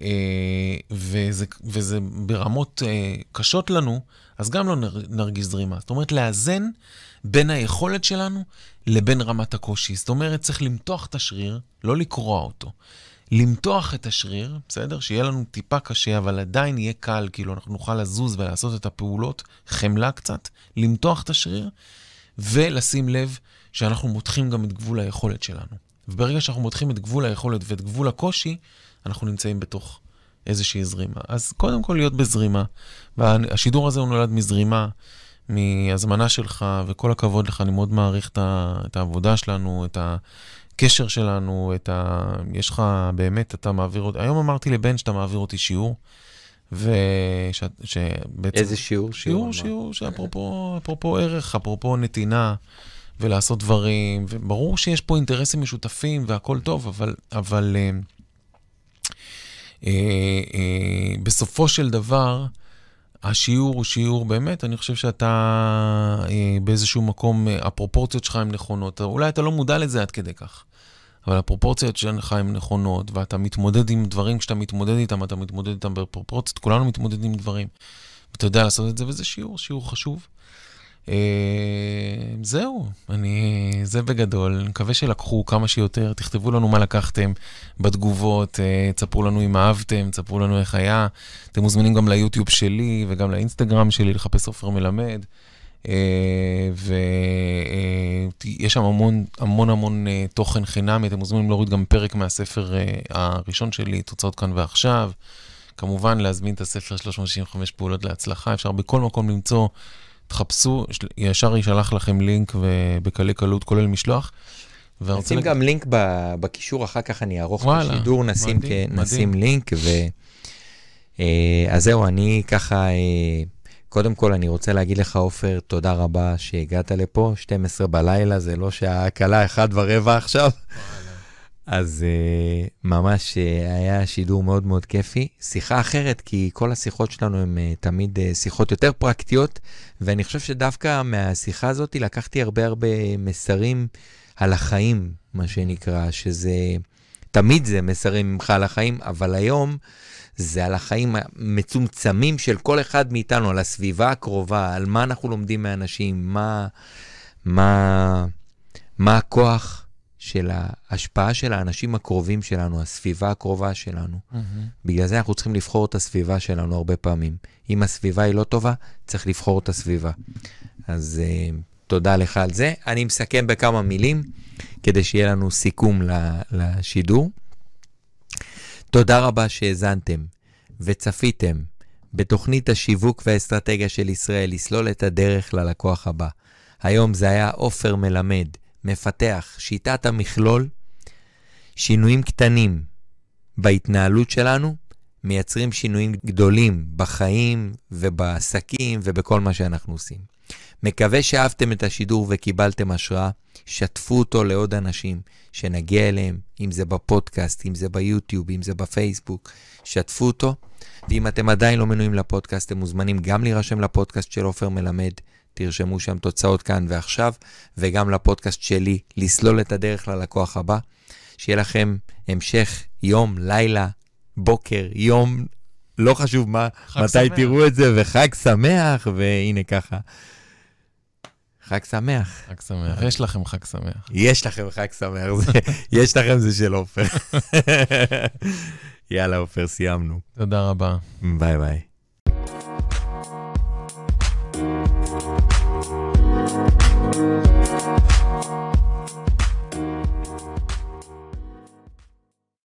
וזה, וזה ברמות קשות לנו, אז גם לא נרגיש זרימה. זאת אומרת, לאזן בין היכולת שלנו לבין רמת הקושי. זאת אומרת, צריך למתוח את השריר, לא לקרוע אותו. למתוח את השריר, בסדר? שיהיה לנו טיפה קשה, אבל עדיין יהיה קל, כאילו אנחנו נוכל לזוז ולעשות את הפעולות, חמלה קצת, למתוח את השריר, ולשים לב שאנחנו מותחים גם את גבול היכולת שלנו. וברגע שאנחנו מותחים את גבול היכולת ואת גבול הקושי, אנחנו נמצאים בתוך איזושהי זרימה. אז קודם כל להיות בזרימה, והשידור הזה הוא נולד מזרימה, מהזמנה שלך, וכל הכבוד לך, אני מאוד מעריך את העבודה שלנו, את ה... קשר שלנו, את ה... יש לך באמת, אתה מעביר אותי, היום אמרתי לבן שאתה מעביר אותי שיעור, וש... שבעצם... איזה שיעור? שיעור, שיעור, שאפרופו, אפרופו ערך, אפרופו נתינה, ולעשות דברים, וברור שיש פה אינטרסים משותפים, והכל טוב, אבל, אבל אה, אה, אה, בסופו של דבר, השיעור הוא שיעור באמת, אני חושב שאתה אה, באיזשהו מקום, הפרופורציות שלך הן נכונות, אולי אתה לא מודע לזה עד כדי כך, אבל הפרופורציות שלך הן נכונות, ואתה מתמודד עם דברים, כשאתה מתמודד איתם, אתה מתמודד איתם בפרופורציות, כולנו מתמודדים עם דברים. ואתה יודע לעשות את זה, וזה שיעור, שיעור חשוב. זהו, אני, זה בגדול, אני מקווה שלקחו כמה שיותר, תכתבו לנו מה לקחתם בתגובות, תספרו לנו אם אהבתם, תספרו לנו איך היה, אתם מוזמנים גם ליוטיוב שלי וגם לאינסטגרם שלי לחפש עופר מלמד, ויש שם המון המון המון תוכן חינמי, אתם מוזמנים להוריד גם פרק מהספר הראשון שלי, תוצאות כאן ועכשיו, כמובן להזמין את הספר שלוש מאות שישים וחמש פעולות להצלחה, אפשר בכל מקום למצוא, תחפשו, ישר ישלח לכם לינק ובקלי קלות כולל משלוח. נשים גם לינק בקישור, אחר כך אני אערוך את השידור, נשים לינק. אז זהו, אני ככה, קודם כל אני רוצה להגיד לך, עופר, תודה רבה שהגעת לפה, שתים עשרה בלילה, זה לא שעה קלה, אחד ורבע עכשיו. אז uh, ממש uh, היה שידור מאוד מאוד כיפי. שיחה אחרת, כי כל השיחות שלנו הן uh, תמיד uh, שיחות יותר פרקטיות, ואני חושב שדווקא מהשיחה הזאת לקחתי הרבה הרבה מסרים על החיים, מה שנקרא, שזה, תמיד זה מסרים ממך על החיים, אבל היום זה על החיים המצומצמים של כל אחד מאיתנו, על הסביבה הקרובה, על מה אנחנו לומדים מאנשים, מה, מה, מה הכוח של ההשפעה של האנשים הקרובים שלנו, הסביבה הקרובה שלנו. Mm-hmm. בגלל זה אנחנו צריכים לבחור את הסביבה שלנו הרבה פעמים. אם הסביבה היא לא טובה, צריך לבחור את הסביבה. אז uh, תודה לך על זה. אני מסכם בכמה מילים, כדי שיהיה לנו סיכום לשידור. תודה רבה שהזנתם וצפיתם בתוכנית השיווק והאסטרטגיה של ישראל, לסלול את הדרך ללקוח הבא. היום זה היה עופר מלמד, מפתח שיטת המכלול, שינויים קטנים בהתנהלות שלנו, מייצרים שינויים גדולים בחיים ובעסקים ובכל מה שאנחנו עושים. מקווה שאהבתם את השידור וקיבלתם השראה, שתפו אותו לעוד אנשים שנגיע אליהם, אם זה בפודקאסט, אם זה ביוטיוב, אם זה בפייסבוק, שתפו אותו. ואם אתם עדיין לא מנויים לפודקאסט, אתם מוזמנים גם להירשם לפודקאסט של עופר מלמד, תרשמו שם תוצאות כאן ועכשיו, וגם לפודקאסט שלי, לסלול את הדרך ללקוח הבא. שיהיה לכם המשך יום, לילה, בוקר, יום, לא חשוב מה, מתי שמח. תראו את זה, וחג שמח, והנה ככה. חג שמח. חג שמח. יש לכם חג שמח. יש לכם חג שמח. זה, יש לכם זה של עופר. יאללה, עופר, סיימנו. תודה רבה. ביי ביי. Thank you.